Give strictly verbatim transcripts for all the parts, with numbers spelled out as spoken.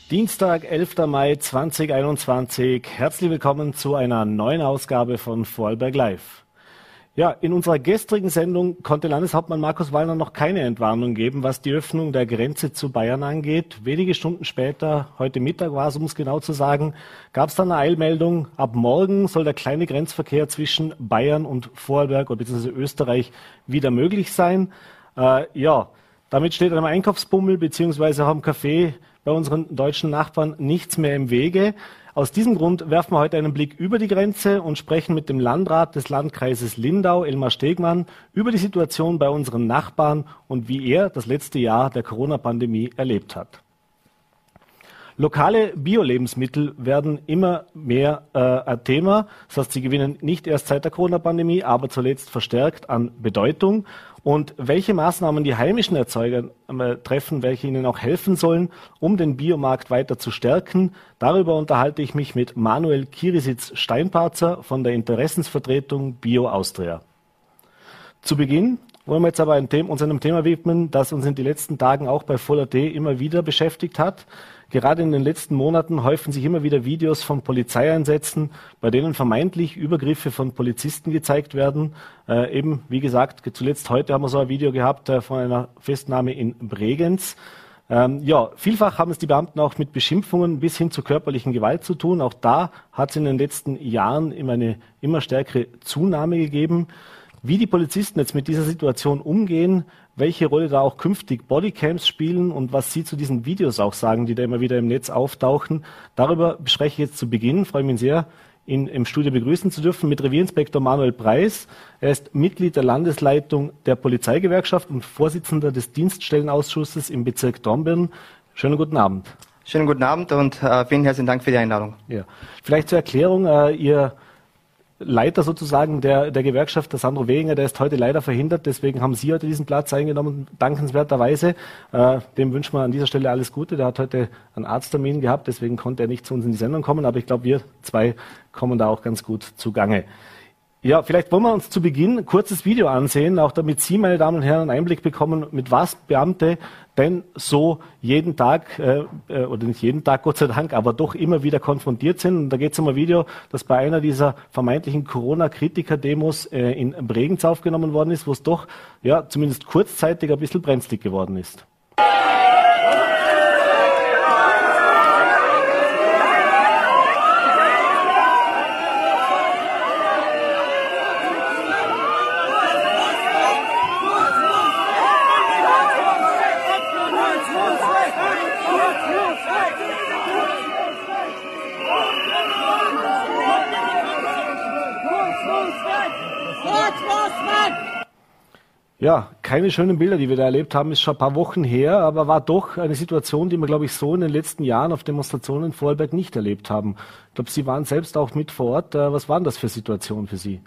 Dienstag, elfter Mai zweitausendeinundzwanzig. Herzlich willkommen zu einer neuen Ausgabe von Vorarlberg Live. Ja, in unserer gestrigen Sendung konnte Landeshauptmann Markus Wallner noch keine Entwarnung geben, was die Öffnung der Grenze zu Bayern angeht. Wenige Stunden später, heute Mittag war es, um es genau zu sagen, gab es dann eine Eilmeldung. Ab morgen soll der kleine Grenzverkehr zwischen Bayern und Vorarlberg bzw. Österreich wieder möglich sein. Äh, ja, damit steht einem Einkaufsbummel bzw. auch am Café bei unseren deutschen Nachbarn nichts mehr im Wege. Aus diesem Grund werfen wir heute einen Blick über die Grenze und sprechen mit dem Landrat des Landkreises Lindau, Elmar Stegmann, über die Situation bei unseren Nachbarn und wie er das letzte Jahr der Corona-Pandemie erlebt hat. Lokale Bio-Lebensmittel werden immer mehr äh, ein Thema. Das heißt, sie gewinnen nicht erst seit der Corona-Pandemie, aber zuletzt verstärkt an Bedeutung. Und welche Maßnahmen die heimischen Erzeuger äh, treffen, welche ihnen auch helfen sollen, um den Biomarkt weiter zu stärken, darüber unterhalte ich mich mit Manuel Kirisitz-Steinparzer von der Interessensvertretung Bio Austria. Zu Beginn wollen wir jetzt aber ein Thema, uns einem Thema widmen, das uns in den letzten Tagen auch bei Voll.at immer wieder beschäftigt hat. Gerade in den letzten Monaten häufen sich immer wieder Videos von Polizeieinsätzen, bei denen vermeintlich Übergriffe von Polizisten gezeigt werden. Äh, eben, wie gesagt, zuletzt heute haben wir so ein Video gehabt äh, von einer Festnahme in Bregenz. Ähm, ja, vielfach haben es die Beamten auch mit Beschimpfungen bis hin zur körperlichen Gewalt zu tun. Auch da hat es in den letzten Jahren immer eine immer stärkere Zunahme gegeben. Wie die Polizisten jetzt mit dieser Situation umgehen, welche Rolle da auch künftig Bodycams spielen und was Sie zu diesen Videos auch sagen, die da immer wieder im Netz auftauchen, darüber bespreche ich jetzt zu Beginn. Ich freue mich sehr, ihn im Studio begrüßen zu dürfen mit Revierinspektor Manuel Preis. Er ist Mitglied der Landesleitung der Polizeigewerkschaft und Vorsitzender des Dienststellenausschusses im Bezirk Dornbirn. Schönen guten Abend. Schönen guten Abend und äh, vielen herzlichen Dank für die Einladung. Ja. Vielleicht zur Erklärung, äh, Ihr Leiter sozusagen der, der Gewerkschaft, der Sandro Wehinger, der ist heute leider verhindert, deswegen haben Sie heute diesen Platz eingenommen, dankenswerterweise. Äh, dem wünschen wir an dieser Stelle alles Gute. Der hat heute einen Arzttermin gehabt, deswegen konnte er nicht zu uns in die Sendung kommen, aber ich glaube, wir zwei kommen da auch ganz gut zugange. Ja, vielleicht wollen wir uns zu Beginn ein kurzes Video ansehen, auch damit Sie, meine Damen und Herren, einen Einblick bekommen, mit was Beamte denn so jeden Tag, äh, oder nicht jeden Tag, Gott sei Dank, aber doch immer wieder konfrontiert sind. Und da geht es um ein Video, das bei einer dieser vermeintlichen Corona-Kritiker-Demos äh, in Bregenz aufgenommen worden ist, wo es doch, ja, zumindest kurzzeitig ein bisschen brenzlig geworden ist. Ja, keine schönen Bilder, die wir da erlebt haben, ist schon ein paar Wochen her, aber war doch eine Situation, die wir, glaube ich, so in den letzten Jahren auf Demonstrationen in Vorarlberg nicht erlebt haben. Ich glaube, Sie waren selbst auch mit vor Ort. Was waren das für Situationen für Sie?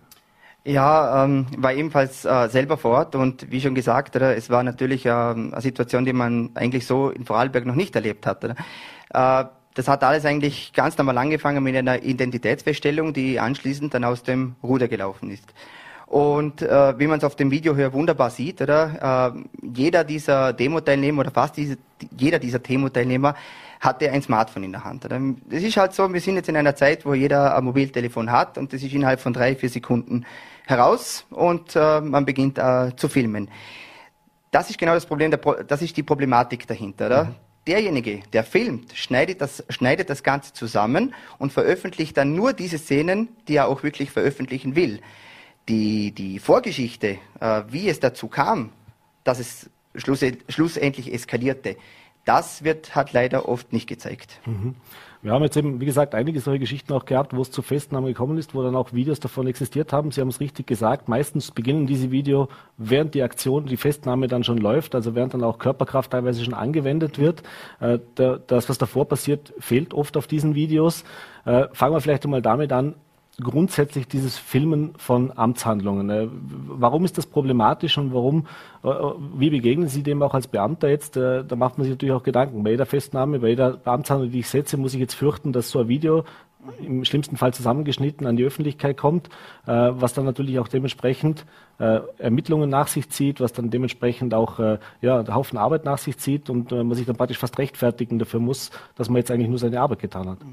Ja, ähm, war ebenfalls äh, selber vor Ort und wie schon gesagt, oder, es war natürlich äh, eine Situation, die man eigentlich so in Vorarlberg noch nicht erlebt hat. Oder? Äh, das hat alles eigentlich ganz normal angefangen mit einer Identitätsfeststellung, die anschließend dann aus dem Ruder gelaufen ist. Und äh, wie man es auf dem Video hier wunderbar sieht, oder, äh, jeder dieser Demo-Teilnehmer oder fast diese, jeder dieser Demo-Teilnehmer hatte ein Smartphone in der Hand. Oder? Das ist halt so, wir sind jetzt in einer Zeit, wo jeder ein Mobiltelefon hat und das ist innerhalb von drei, vier Sekunden heraus und äh, man beginnt äh, zu filmen. Das ist genau das Problem, der Pro das ist die Problematik dahinter. Oder? Mhm. Derjenige, der filmt, schneidet das, schneidet das Ganze zusammen und veröffentlicht dann nur diese Szenen, die er auch wirklich veröffentlichen will. Die, die Vorgeschichte, äh, wie es dazu kam, dass es schluss, schlussendlich eskalierte, das wird halt leider oft nicht gezeigt. Mhm. Wir haben jetzt eben, wie gesagt, einige solche Geschichten auch gehabt, wo es zu Festnahmen gekommen ist, wo dann auch Videos davon existiert haben. Sie haben es richtig gesagt, meistens beginnen diese Videos, während die Aktion, die Festnahme dann schon läuft, also während dann auch Körperkraft teilweise schon angewendet wird. Äh, der, das, was davor passiert, fehlt oft auf diesen Videos. Äh, fangen wir vielleicht einmal damit an, grundsätzlich dieses Filmen von Amtshandlungen. Warum ist das problematisch und warum, wie begegnen Sie dem auch als Beamter jetzt? Da macht man sich natürlich auch Gedanken. Bei jeder Festnahme, bei jeder Amtshandlung, die ich setze, muss ich jetzt fürchten, dass so ein Video im schlimmsten Fall zusammengeschnitten an die Öffentlichkeit kommt, äh, was dann natürlich auch dementsprechend äh, Ermittlungen nach sich zieht, was dann dementsprechend auch äh, ja, einen Haufen Arbeit nach sich zieht und äh, man sich dann praktisch fast rechtfertigen dafür muss, dass man jetzt eigentlich nur seine Arbeit getan hat.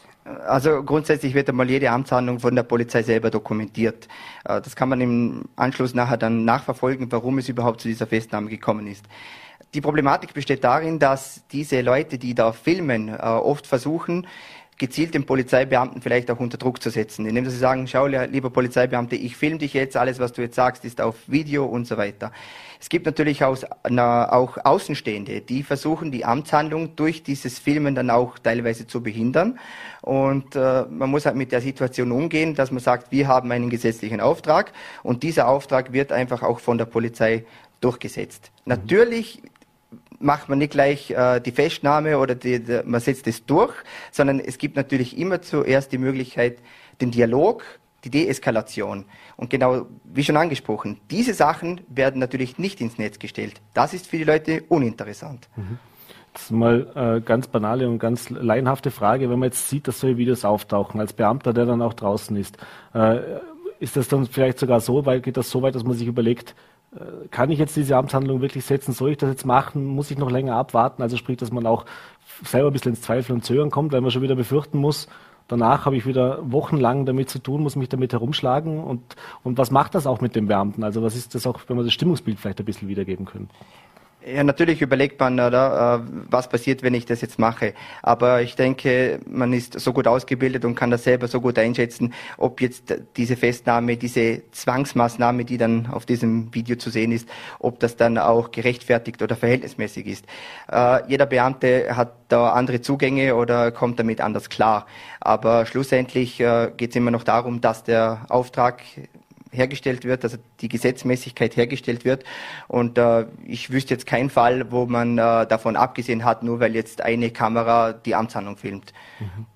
Also grundsätzlich wird einmal jede Amtshandlung von der Polizei selber dokumentiert. Das kann man im Anschluss nachher dann nachverfolgen, warum es überhaupt zu dieser Festnahme gekommen ist. Die Problematik besteht darin, dass diese Leute, die da filmen, oft versuchen, gezielt den Polizeibeamten vielleicht auch unter Druck zu setzen, indem sie sagen, schau, lieber Polizeibeamte, ich filme dich jetzt, alles, was du jetzt sagst, ist auf Video und so weiter. Es gibt natürlich auch, na, auch Außenstehende, die versuchen, die Amtshandlung durch dieses Filmen dann auch teilweise zu behindern. Und äh, man muss halt mit der Situation umgehen, dass man sagt, wir haben einen gesetzlichen Auftrag und dieser Auftrag wird einfach auch von der Polizei durchgesetzt. Mhm. Natürlich macht man nicht gleich äh, die Festnahme oder die, die, man setzt es durch, sondern es gibt natürlich immer zuerst die Möglichkeit, den Dialog, die Deeskalation. Und genau, wie schon angesprochen, diese Sachen werden natürlich nicht ins Netz gestellt. Das ist für die Leute uninteressant. Mhm. Das ist mal äh, ganz banale und ganz laienhafte Frage, wenn man jetzt sieht, dass solche Videos auftauchen, als Beamter, der dann auch draußen ist. Äh, ist das dann vielleicht sogar so weit, geht das so weit, dass man sich überlegt, kann ich jetzt diese Amtshandlung wirklich setzen? Soll ich das jetzt machen? Muss ich noch länger abwarten? Also sprich, dass man auch selber ein bisschen ins Zweifeln und Zögern kommt, weil man schon wieder befürchten muss, danach habe ich wieder wochenlang damit zu tun, muss mich damit herumschlagen. Und, und was macht das auch mit dem Beamten? Also was ist das auch, wenn wir das Stimmungsbild vielleicht ein bisschen wiedergeben können? Ja, natürlich überlegt man, oder, was passiert, wenn ich das jetzt mache. Aber ich denke, man ist so gut ausgebildet und kann das selber so gut einschätzen, ob jetzt diese Festnahme, diese Zwangsmaßnahme, die dann auf diesem Video zu sehen ist, ob das dann auch gerechtfertigt oder verhältnismäßig ist. Äh, jeder Beamte hat da andere Zugänge oder kommt damit anders klar. Aber schlussendlich äh, geht es immer noch darum, dass der Auftrag hergestellt wird, also die Gesetzmäßigkeit hergestellt wird. Und äh, ich wüsste jetzt keinen Fall, wo man äh, davon abgesehen hat, nur weil jetzt eine Kamera die Amtshandlung filmt. Mhm.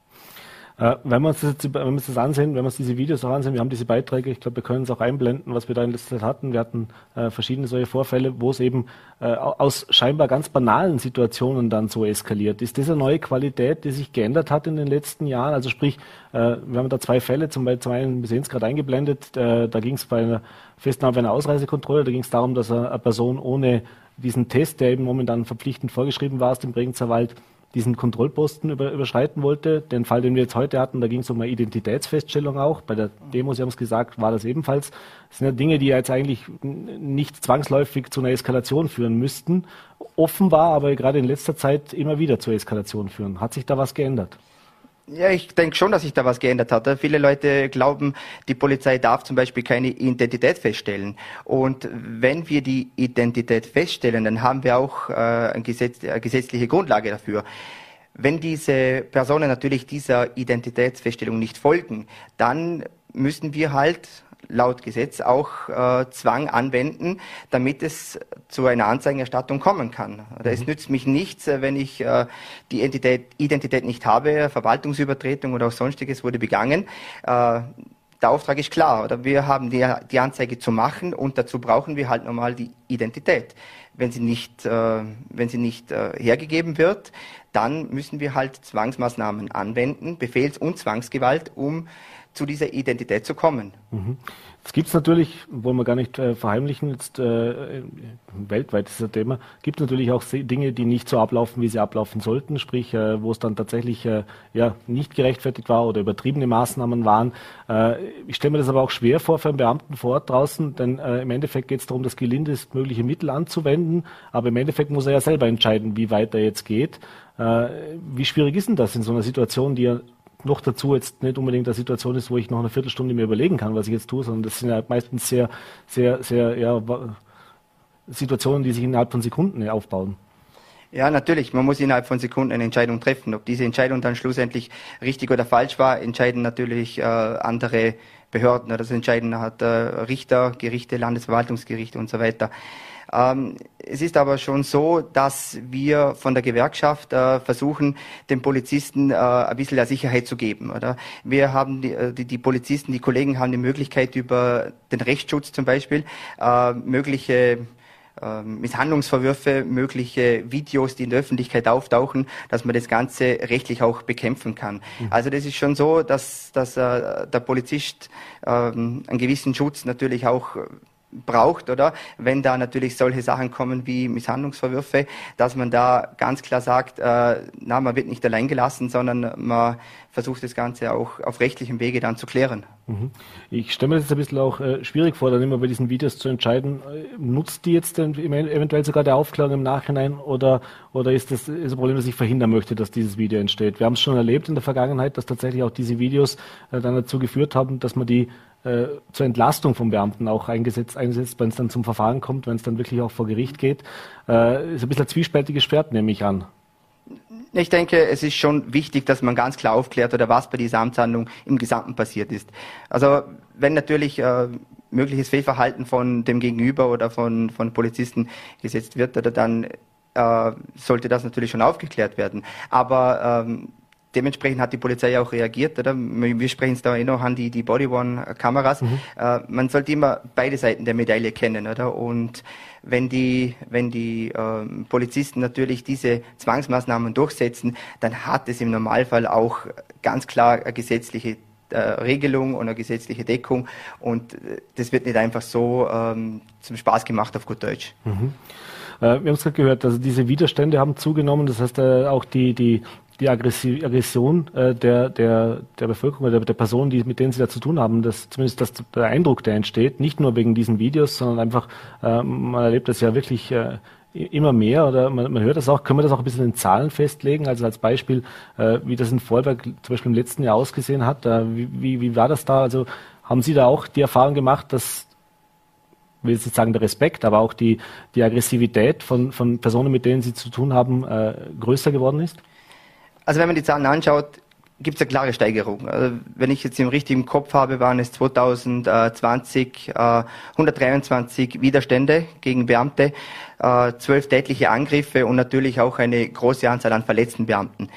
Äh, wenn wir uns das, jetzt, wenn wir uns das ansehen, wenn wir uns diese Videos auch ansehen, wir haben diese Beiträge, ich glaube, wir können es auch einblenden, was wir da in letzter Zeit hatten. Wir hatten äh, verschiedene solche Vorfälle, wo es eben äh, aus scheinbar ganz banalen Situationen dann so eskaliert. Ist das eine neue Qualität, die sich geändert hat in den letzten Jahren? Also sprich, äh, wir haben da zwei Fälle, zum Beispiel, wir sehen es gerade eingeblendet, äh, da ging es bei einer Festnahme bei einer Ausreisekontrolle, da ging es darum, dass eine Person ohne diesen Test, der eben momentan verpflichtend vorgeschrieben war aus dem Bregenzer Wald, diesen Kontrollposten über, überschreiten wollte. Den Fall, den wir jetzt heute hatten, da ging es um eine Identitätsfeststellung auch. Bei der Demo, Sie haben es gesagt, war das ebenfalls. Das sind ja Dinge, die jetzt eigentlich nicht zwangsläufig zu einer Eskalation führen müssten. Offenbar aber gerade in letzter Zeit immer wieder zur Eskalation führen. Hat sich da was geändert? Ja, ich denke schon, dass sich da was geändert hat. Viele Leute glauben, die Polizei darf zum Beispiel keine Identität feststellen. Und wenn wir die Identität feststellen, dann haben wir auch äh, ein Gesetz, eine gesetzliche Grundlage dafür. Wenn diese Personen natürlich dieser Identitätsfeststellung nicht folgen, dann müssen wir halt laut Gesetz auch äh, Zwang anwenden, damit es zu einer Anzeigenerstattung kommen kann. Oder es nützt mich nichts, wenn ich äh, die Identität, Identität nicht habe, Verwaltungsübertretung oder auch sonstiges wurde begangen. Äh, der Auftrag ist klar, oder wir haben die, die Anzeige zu machen und dazu brauchen wir halt normal die Identität. Wenn sie nicht, äh, wenn sie nicht äh, hergegeben wird, dann müssen wir halt Zwangsmaßnahmen anwenden, Befehls- und Zwangsgewalt, um zu dieser Identität zu kommen. Mhm. Es gibt natürlich, wollen wir gar nicht äh, verheimlichen, jetzt äh, weltweit ist das Thema, gibt natürlich auch Dinge, die nicht so ablaufen, wie sie ablaufen sollten, sprich, äh, wo es dann tatsächlich äh, ja nicht gerechtfertigt war oder übertriebene Maßnahmen waren. Äh, ich stelle mir das aber auch schwer vor für einen Beamten vor Ort draußen, denn äh, im Endeffekt geht es darum, das gelindestmögliche Mittel anzuwenden, aber im Endeffekt muss er ja selber entscheiden, wie weit er jetzt geht. Äh, wie schwierig ist denn das in so einer Situation, die ja noch dazu jetzt nicht unbedingt eine Situation ist, wo ich noch eine Viertelstunde mir überlegen kann, was ich jetzt tue, sondern das sind ja meistens sehr, sehr, sehr, ja, Situationen, die sich innerhalb von Sekunden aufbauen. Ja, natürlich. Man muss innerhalb von Sekunden eine Entscheidung treffen. Ob diese Entscheidung dann schlussendlich richtig oder falsch war, entscheiden natürlich äh, andere Behörden. Das entscheiden hat äh, Richter, Gerichte, Landesverwaltungsgerichte und so weiter. Ähm, es ist aber schon so, dass wir von der Gewerkschaft äh, versuchen, den Polizisten äh, ein bisschen der Sicherheit zu geben. Oder? Wir haben die, die, die Polizisten, die Kollegen haben die Möglichkeit, über den Rechtsschutz zum Beispiel äh, mögliche äh, Misshandlungsvorwürfe, mögliche Videos, die in der Öffentlichkeit auftauchen, dass man das Ganze rechtlich auch bekämpfen kann. Mhm. Also das ist schon so, dass, dass äh, der Polizist äh, einen gewissen Schutz natürlich auch braucht, oder? Wenn da natürlich solche Sachen kommen wie Misshandlungsvorwürfe, dass man da ganz klar sagt, äh, na, man wird nicht allein gelassen, sondern man versucht das Ganze auch auf rechtlichem Wege dann zu klären. Mhm. Ich stelle mir das jetzt ein bisschen auch äh, schwierig vor, dann immer bei diesen Videos zu entscheiden, äh, nutzt die jetzt denn eventuell sogar der Aufklärung im Nachhinein oder, oder ist das ist ein Problem, das ich verhindern möchte, dass dieses Video entsteht? Wir haben es schon erlebt in der Vergangenheit, dass tatsächlich auch diese Videos äh, dann dazu geführt haben, dass man die äh, zur Entlastung von Beamten auch eingesetzt, eingesetzt, wenn es dann zum Verfahren kommt, wenn es dann wirklich auch vor Gericht geht. Äh, ist ein bisschen ein zwiespältiges Schwert, nehme ich an. Ich denke, es ist schon wichtig, dass man ganz klar aufklärt, oder was bei dieser Amtshandlung im Gesamten passiert ist. Also wenn natürlich äh, mögliches Fehlverhalten von dem Gegenüber oder von, von Polizisten gesetzt wird, oder dann äh, sollte das natürlich schon aufgeklärt werden. Aber ähm, dementsprechend hat die Polizei auch reagiert, oder? Wir sprechen es da eh noch an die, die Body-Worn-Kameras. Mhm. Äh, man sollte immer beide Seiten der Medaille kennen, oder? Und wenn die, wenn die äh, Polizisten natürlich diese Zwangsmaßnahmen durchsetzen, dann hat es im Normalfall auch ganz klar eine gesetzliche äh, Regelung und eine gesetzliche Deckung. Und äh, das wird nicht einfach so ähm, zum Spaß gemacht auf gut Deutsch. Mhm. Äh, wir haben es gerade gehört, also diese Widerstände haben zugenommen, das heißt äh, auch die, die die Aggression äh, der, der, der Bevölkerung, der, der Personen, die, mit denen sie da zu tun haben, das, zumindest das, der Eindruck, der entsteht, nicht nur wegen diesen Videos, sondern einfach, äh, man erlebt das ja wirklich äh, immer mehr oder man, man hört das auch, können wir das auch ein bisschen in Zahlen festlegen, also als Beispiel, äh, wie das in Vorarlberg zum Beispiel im letzten Jahr ausgesehen hat, äh, wie, wie war das da, also haben Sie da auch die Erfahrung gemacht, dass, ich will jetzt nicht sagen der Respekt, aber auch die, die Aggressivität von, von Personen, mit denen Sie zu tun haben, äh, größer geworden ist? Also wenn man die Zahlen anschaut, gibt es eine klare Steigerung. Also wenn ich jetzt im richtigen Kopf habe, waren es zwanzig zwanzig äh, hundertdreiundzwanzig Widerstände gegen Beamte, äh, zwölf tätliche Angriffe und natürlich auch eine große Anzahl an verletzten Beamten.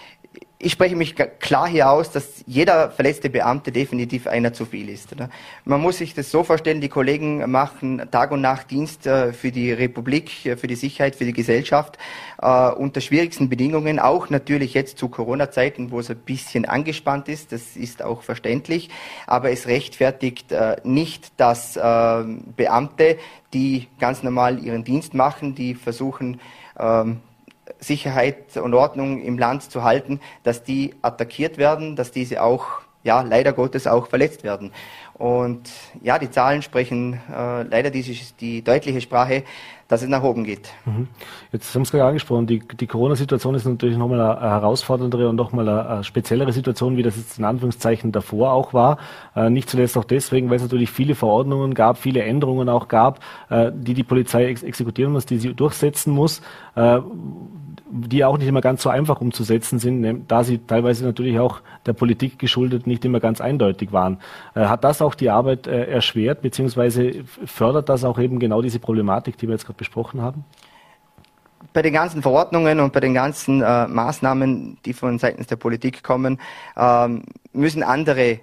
Ich spreche mich klar hier aus, dass jeder verletzte Beamte definitiv einer zu viel ist. Oder? Man muss sich das so vorstellen, die Kollegen machen Tag und Nacht Dienst äh, für die Republik, für die Sicherheit, für die Gesellschaft, äh, unter schwierigsten Bedingungen, auch natürlich jetzt zu Corona-Zeiten, wo es ein bisschen angespannt ist, das ist auch verständlich, aber es rechtfertigt äh, nicht, dass äh, Beamte, die ganz normal ihren Dienst machen, die versuchen, ähm, Sicherheit und Ordnung im Land zu halten, dass die attackiert werden, dass diese auch, ja, leider Gottes auch verletzt werden. Und ja, die Zahlen sprechen äh, leider die, die deutliche Sprache, dass es nach oben geht. Mhm. Jetzt haben Sie gerade angesprochen, die, die Corona-Situation ist natürlich nochmal eine herausforderndere und nochmal eine, eine speziellere Situation, wie das jetzt in Anführungszeichen davor auch war. Äh, nicht zuletzt auch deswegen, weil es natürlich viele Verordnungen gab, viele Änderungen auch gab, äh, die die Polizei ex exekutieren muss, die sie durchsetzen muss, äh, die auch nicht immer ganz so einfach umzusetzen sind, da sie teilweise natürlich auch der Politik geschuldet nicht immer ganz eindeutig waren. Äh, hat das auch die Arbeit äh, erschwert, beziehungsweise fördert das auch eben genau diese Problematik, die wir jetzt gerade besprochen haben? Bei den ganzen Verordnungen und bei den ganzen äh, Maßnahmen, die von seitens der Politik kommen, ähm, müssen andere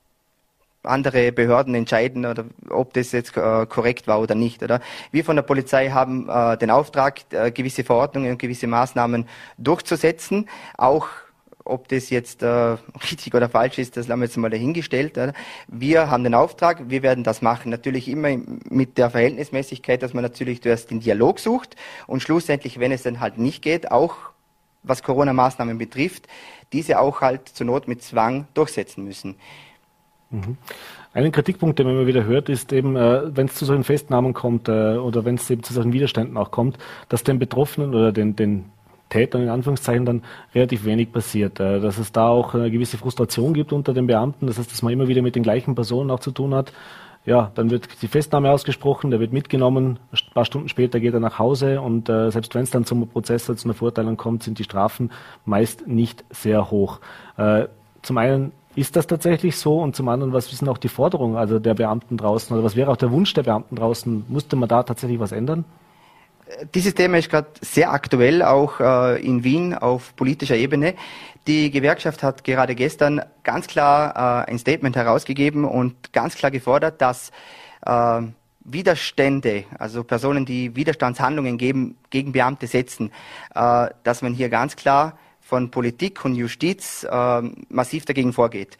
andere Behörden entscheiden, oder ob das jetzt äh, korrekt war oder nicht. Oder? Wir von der Polizei haben äh, den Auftrag, äh, gewisse Verordnungen und gewisse Maßnahmen durchzusetzen, auch ob das jetzt äh, richtig oder falsch ist, das haben wir jetzt mal dahingestellt. Oder? Wir haben den Auftrag, wir werden das machen. Natürlich immer mit der Verhältnismäßigkeit, dass man natürlich zuerst den Dialog sucht und schlussendlich, wenn es dann halt nicht geht, auch was Corona-Maßnahmen betrifft, diese auch halt zur Not mit Zwang durchsetzen müssen. Mhm. Einen Kritikpunkt, den man immer wieder hört, ist eben, äh, wenn es zu solchen Festnahmen kommt äh, oder wenn es eben zu solchen Widerständen auch kommt, dass den Betroffenen oder den, den Tätern in Anführungszeichen dann relativ wenig passiert. Äh, dass es da auch eine gewisse Frustration gibt unter den Beamten, das heißt, dass man immer wieder mit den gleichen Personen auch zu tun hat. Ja, dann wird die Festnahme ausgesprochen, der wird mitgenommen, ein paar Stunden später geht er nach Hause und äh, selbst wenn es dann zum Prozess, zu einer Verurteilung kommt, sind die Strafen meist nicht sehr hoch. Äh, zum einen ist das tatsächlich so? Und zum anderen, was sind auch die Forderungen also der Beamten draußen? Oder was wäre auch der Wunsch der Beamten draußen? Musste man da tatsächlich was ändern? Dieses Thema ist gerade sehr aktuell, auch äh, in Wien auf politischer Ebene. Die Gewerkschaft hat gerade gestern ganz klar äh, ein Statement herausgegeben und ganz klar gefordert, dass äh, Widerstände, also Personen, die Widerstandshandlungen geben, gegen Beamte setzen, äh, dass man hier ganz klar von Politik und Justiz äh, massiv dagegen vorgeht.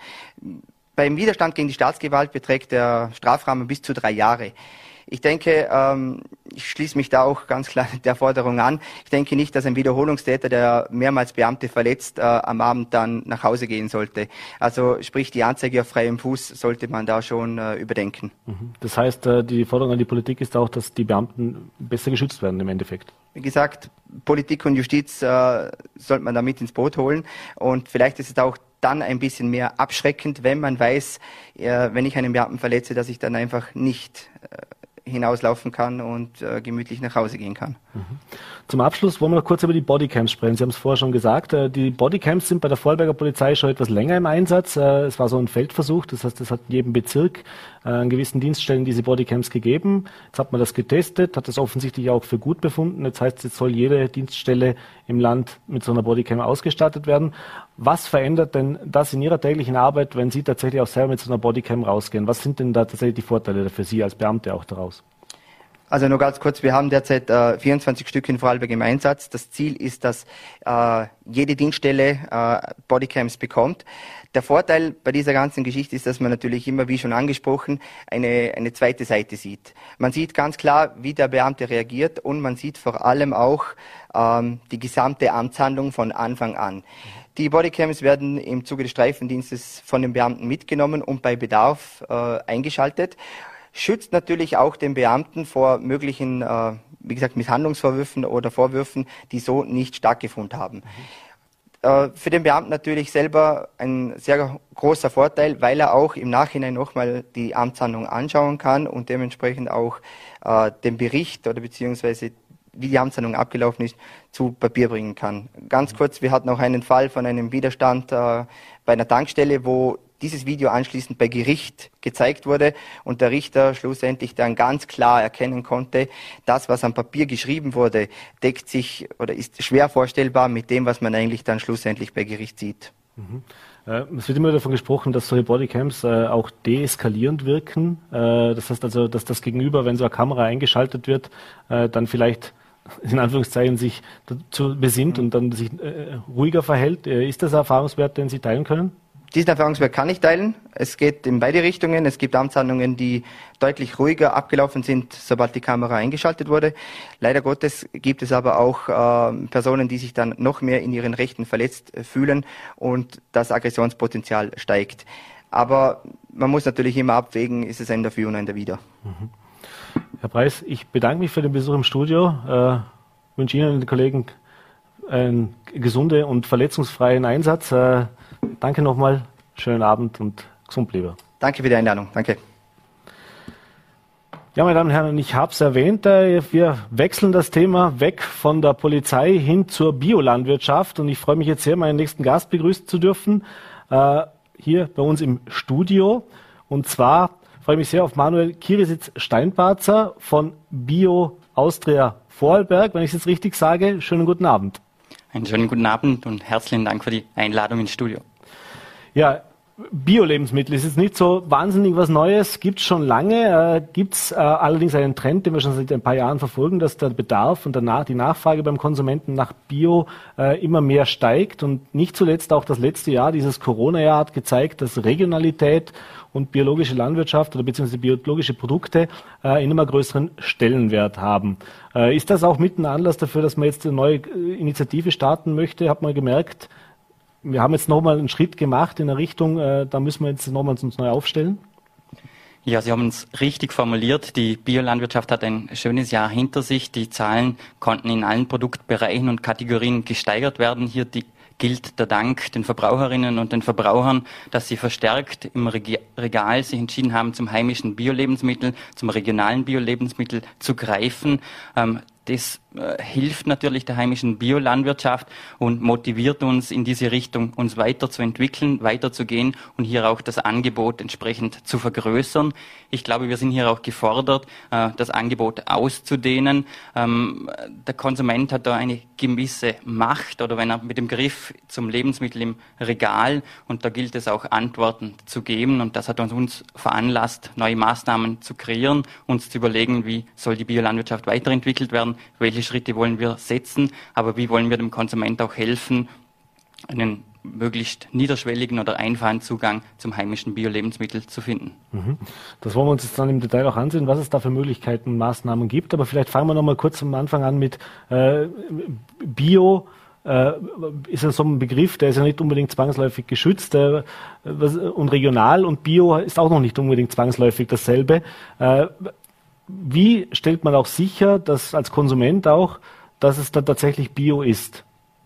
Beim Widerstand gegen die Staatsgewalt beträgt der Strafrahmen bis zu drei Jahre. Ich denke, ähm, ich schließe mich da auch ganz klar der Forderung an. Ich denke nicht, dass ein Wiederholungstäter, der mehrmals Beamte verletzt, äh, am Abend dann nach Hause gehen sollte. Also sprich, die Anzeige auf freiem Fuß sollte man da schon äh, überdenken. Das heißt, äh, die Forderung an die Politik ist auch, dass die Beamten besser geschützt werden im Endeffekt. Wie gesagt, Politik und Justiz äh, sollte man da mit ins Boot holen. Und vielleicht ist es auch dann ein bisschen mehr abschreckend, wenn man weiß, äh, wenn ich einen Beamten verletze, dass ich dann einfach nicht äh, hinauslaufen kann und äh, gemütlich nach Hause gehen kann. Mhm. Zum Abschluss wollen wir noch kurz über die Bodycams sprechen. Sie haben es vorher schon gesagt, äh, die Bodycams sind bei der Vorarlberger Polizei schon etwas länger im Einsatz. Äh, es war so ein Feldversuch, das heißt, es hat in jedem Bezirk äh, an gewissen Dienststellen diese Bodycams gegeben. Jetzt hat man das getestet, hat das offensichtlich auch für gut befunden. Jetzt heißt es, jetzt soll jede Dienststelle im Land mit so einer Bodycam ausgestattet werden. Was verändert denn das in Ihrer täglichen Arbeit, wenn Sie tatsächlich auch selber mit so einer Bodycam rausgehen? Was sind denn da tatsächlich die Vorteile für Sie als Beamte auch daraus? Also nur ganz kurz, wir haben derzeit äh, vierundzwanzig Stück in Vorarlberg im Einsatz. Das Ziel ist, dass äh, jede Dienststelle äh, Bodycams bekommt. Der Vorteil bei dieser ganzen Geschichte ist, dass man natürlich immer, wie schon angesprochen, eine, eine zweite Seite sieht. Man sieht ganz klar, wie der Beamte reagiert und man sieht vor allem auch ähm, die gesamte Amtshandlung von Anfang an. Die Bodycams werden im Zuge des Streifendienstes von den Beamten mitgenommen und bei Bedarf äh, eingeschaltet. Schützt natürlich auch den Beamten vor möglichen, äh, wie gesagt, Misshandlungsvorwürfen oder Vorwürfen, die so nicht stattgefunden haben. Mhm. Äh, für den Beamten natürlich selber ein sehr großer Vorteil, weil er auch im Nachhinein nochmal die Amtshandlung anschauen kann und dementsprechend auch äh, den Bericht oder beziehungsweise wie die Amtshandlung abgelaufen ist, zu Papier bringen kann. Ganz kurz, wir hatten auch einen Fall von einem Widerstand äh, bei einer Tankstelle, wo dieses Video anschließend bei Gericht gezeigt wurde und der Richter schlussendlich dann ganz klar erkennen konnte, das, was am Papier geschrieben wurde, deckt sich oder ist schwer vorstellbar mit dem, was man eigentlich dann schlussendlich bei Gericht sieht. Mhm. Äh, es wird immer davon gesprochen, dass solche Bodycams äh, auch deeskalierend wirken. Äh, das heißt also, dass das Gegenüber, wenn so eine Kamera eingeschaltet wird, äh, dann vielleicht in Anführungszeichen sich dazu besinnt und dann sich äh, ruhiger verhält. Äh, ist das ein Erfahrungswert, den Sie teilen können? Diesen Erfahrungswert kann ich teilen. Es geht in beide Richtungen. Es gibt Amtshandlungen, die deutlich ruhiger abgelaufen sind, sobald die Kamera eingeschaltet wurde. Leider Gottes gibt es aber auch äh, Personen, die sich dann noch mehr in ihren Rechten verletzt äh, fühlen und das Aggressionspotenzial steigt. Aber man muss natürlich immer abwägen, ist es ein Dafür und ein Dawider. Mhm. Herr Preis, ich bedanke mich für den Besuch im Studio. Äh, wünsche Ihnen und den Kollegen einen gesunden und verletzungsfreien Einsatz. Äh, danke nochmal, schönen Abend und gesund bleiben. Danke für die Einladung. Danke. Ja, meine Damen und Herren, ich habe es erwähnt, äh, wir wechseln das Thema weg von der Polizei hin zur Biolandwirtschaft und ich freue mich jetzt sehr, meinen nächsten Gast begrüßen zu dürfen, äh, hier bei uns im Studio. Und zwar freue ich mich sehr auf Manuel Kirisitz-Steinparzer von Bio Austria Vorarlberg, wenn ich es jetzt richtig sage. Schönen guten Abend. Einen schönen guten Abend und herzlichen Dank für die Einladung ins Studio. Ja, Bio-Lebensmittel ist jetzt nicht so wahnsinnig was Neues, gibt es schon lange, äh, gibt es äh, allerdings einen Trend, den wir schon seit ein paar Jahren verfolgen, dass der Bedarf und danach die Nachfrage beim Konsumenten nach Bio äh, immer mehr steigt und nicht zuletzt auch das letzte Jahr, dieses Corona-Jahr hat gezeigt, dass Regionalität und biologische Landwirtschaft oder beziehungsweise biologische Produkte äh, einen immer größeren Stellenwert haben. Äh, ist das auch mit ein Anlass dafür, dass man jetzt eine neue äh, Initiative starten möchte? Hat man gemerkt, wir haben jetzt nochmal einen Schritt gemacht in eine Richtung, äh, da müssen wir jetzt nochmal uns neu aufstellen? Ja, Sie haben es richtig formuliert. Die Biolandwirtschaft hat ein schönes Jahr hinter sich. Die Zahlen konnten in allen Produktbereichen und Kategorien gesteigert werden. Hier die, gilt der Dank den Verbraucherinnen und den Verbrauchern, dass sie verstärkt im Regal sich entschieden haben, zum heimischen Biolebensmittel, zum regionalen Biolebensmittel zu greifen. Ähm, Das äh, hilft natürlich der heimischen Biolandwirtschaft und motiviert uns in diese Richtung, uns weiterzuentwickeln, weiterzugehen und hier auch das Angebot entsprechend zu vergrößern. Ich glaube, wir sind hier auch gefordert, äh, das Angebot auszudehnen. Ähm, der Konsument hat da eine gewisse Macht, oder wenn er mit dem Griff zum Lebensmittel im Regal, und da gilt es auch Antworten zu geben, und das hat uns, uns veranlasst, neue Maßnahmen zu kreieren, uns zu überlegen, wie soll die Biolandwirtschaft weiterentwickelt werden, welche Schritte wollen wir setzen, aber wie wollen wir dem Konsument auch helfen, einen möglichst niederschwelligen oder einfachen Zugang zum heimischen Bio-Lebensmittel zu finden. Das wollen wir uns jetzt dann im Detail auch ansehen, was es da für Möglichkeiten und Maßnahmen gibt. Aber vielleicht fangen wir noch mal kurz am Anfang an mit äh, Bio. Äh, ist ja so ein Begriff, der ist ja nicht unbedingt zwangsläufig geschützt. Äh, was, und regional und Bio ist auch noch nicht unbedingt zwangsläufig dasselbe. Äh, wie stellt man auch sicher, dass als Konsument auch, dass es dann tatsächlich Bio ist?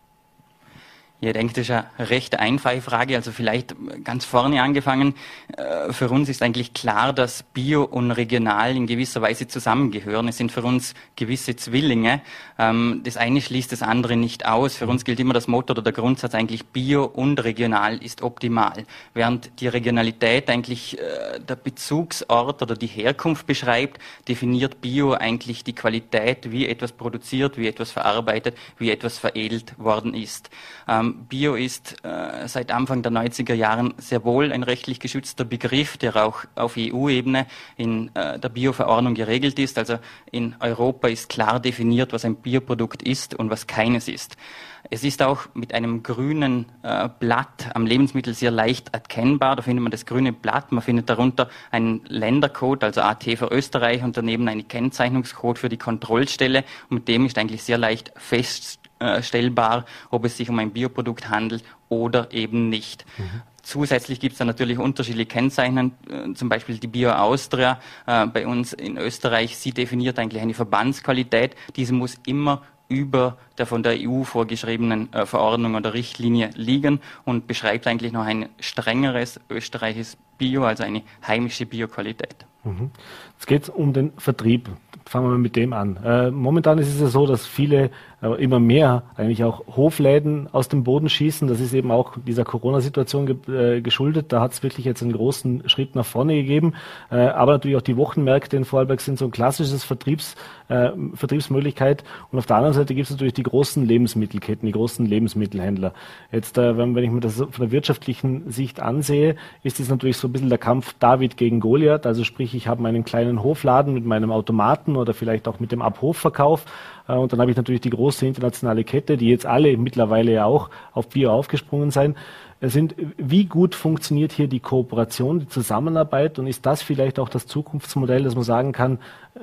Ja, ich denke, das ist eine recht einfache Frage. Also vielleicht ganz vorne angefangen. Für uns ist eigentlich klar, dass Bio und Regional in gewisser Weise zusammengehören. Es sind für uns gewisse Zwillinge. Das eine schließt das andere nicht aus. Für uns gilt immer das Motto oder der Grundsatz eigentlich, Bio und Regional ist optimal. Während die Regionalität eigentlich der Bezugsort oder die Herkunft beschreibt, definiert Bio eigentlich die Qualität, wie etwas produziert, wie etwas verarbeitet, wie etwas veredelt worden ist. Bio ist äh, seit Anfang der neunziger Jahren sehr wohl ein rechtlich geschützter Begriff, der auch auf E U-Ebene in äh, der Bio-Verordnung geregelt ist. Also in Europa ist klar definiert, was ein Bioprodukt ist und was keines ist. Es ist auch mit einem grünen äh, Blatt am Lebensmittel sehr leicht erkennbar. Da findet man das grüne Blatt. Man findet darunter einen Ländercode, also A T für Österreich, und daneben einen Kennzeichnungscode für die Kontrollstelle. Und mit dem ist eigentlich sehr leicht fest stellbar, ob es sich um ein Bioprodukt handelt oder eben nicht. Mhm. Zusätzlich gibt es da natürlich unterschiedliche Kennzeichen, äh, zum Beispiel die Bio Austria äh, bei uns in Österreich. Sie definiert eigentlich eine Verbandsqualität. Diese muss immer über der von der E U vorgeschriebenen äh, Verordnung oder Richtlinie liegen und beschreibt eigentlich noch ein strengeres österreichisches Bio, also eine heimische Bioqualität. Mhm. Jetzt geht es um den Vertrieb. Fangen wir mal mit dem an. Äh, momentan ist es ja so, dass viele, äh, immer mehr eigentlich auch Hofläden aus dem Boden schießen. Das ist eben auch dieser Corona-Situation ge äh, geschuldet. Da hat es wirklich jetzt einen großen Schritt nach vorne gegeben. Äh, aber natürlich auch die Wochenmärkte in Vorarlberg sind so ein klassisches Vertriebs, äh, Vertriebsmöglichkeit. Und auf der anderen Seite gibt es natürlich die großen Lebensmittelketten, die großen Lebensmittelhändler. Jetzt, äh, wenn, wenn ich mir das von der wirtschaftlichen Sicht ansehe, ist es natürlich so ein bisschen der Kampf David gegen Goliath. Also sprich, ich habe meinen kleinen Hofladen mit meinem Automaten oder vielleicht auch mit dem Abhofverkauf. Und dann habe ich natürlich die große internationale Kette, die jetzt alle mittlerweile ja auch auf Bio aufgesprungen sind. Sind, wie gut funktioniert hier die Kooperation, die Zusammenarbeit, und ist das vielleicht auch das Zukunftsmodell, dass man sagen kann,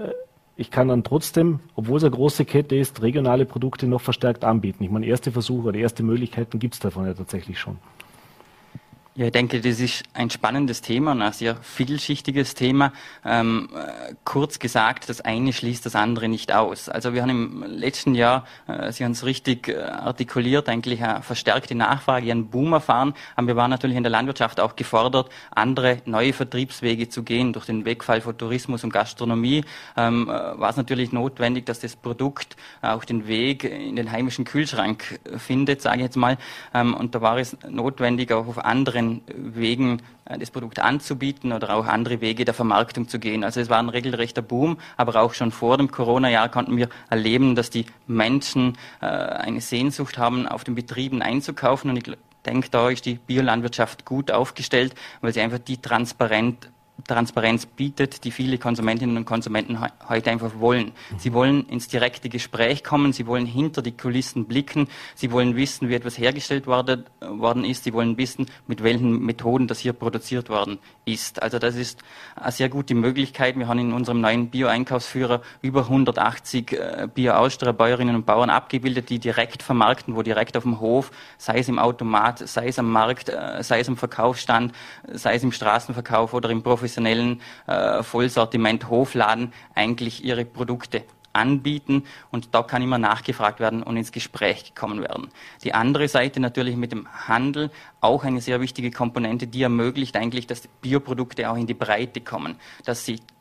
ich kann dann trotzdem, obwohl es eine große Kette ist, regionale Produkte noch verstärkt anbieten? Ich meine, erste Versuche oder erste Möglichkeiten gibt es davon ja tatsächlich schon. Ja, ich denke, das ist ein spannendes Thema und ein sehr vielschichtiges Thema. Ähm, kurz gesagt, das eine schließt das andere nicht aus. Also wir haben im letzten Jahr, äh, Sie haben es richtig äh, artikuliert, eigentlich eine verstärkte Nachfrage, einen Boom erfahren. Aber wir waren natürlich in der Landwirtschaft auch gefordert, andere neue Vertriebswege zu gehen. Durch den Wegfall von Tourismus und Gastronomie ähm, war es natürlich notwendig, dass das Produkt auch den Weg in den heimischen Kühlschrank findet, sage ich jetzt mal. Ähm, und da war es notwendig, auch auf anderen Wegen das Produkt anzubieten oder auch andere Wege der Vermarktung zu gehen. Also es war ein regelrechter Boom, aber auch schon vor dem Corona-Jahr konnten wir erleben, dass die Menschen äh, eine Sehnsucht haben, auf den Betrieben einzukaufen, und ich denke, da ist die Biolandwirtschaft gut aufgestellt, weil sie einfach die transparent Transparenz bietet, die viele Konsumentinnen und Konsumenten he heute einfach wollen. Sie wollen ins direkte Gespräch kommen, sie wollen hinter die Kulissen blicken, sie wollen wissen, wie etwas hergestellt worden, worden ist, sie wollen wissen, mit welchen Methoden das hier produziert worden ist. Also das ist eine sehr gute Möglichkeit. Wir haben in unserem neuen Bio-Einkaufsführer über hundertachtzig äh, Bio-Austria Bäuerinnen und Bauern abgebildet, die direkt vermarkten, wo direkt auf dem Hof, sei es im Automat, sei es am Markt, äh, sei es am Verkaufsstand, sei es im Straßenverkauf oder im professionellen äh, Vollsortiment Hofladen eigentlich ihre Produkte anbieten, und da kann immer nachgefragt werden und ins Gespräch gekommen werden. Die andere Seite natürlich mit dem Handel, auch eine sehr wichtige Komponente, die ermöglicht eigentlich, dass die Bioprodukte auch in die Breite kommen, dass sie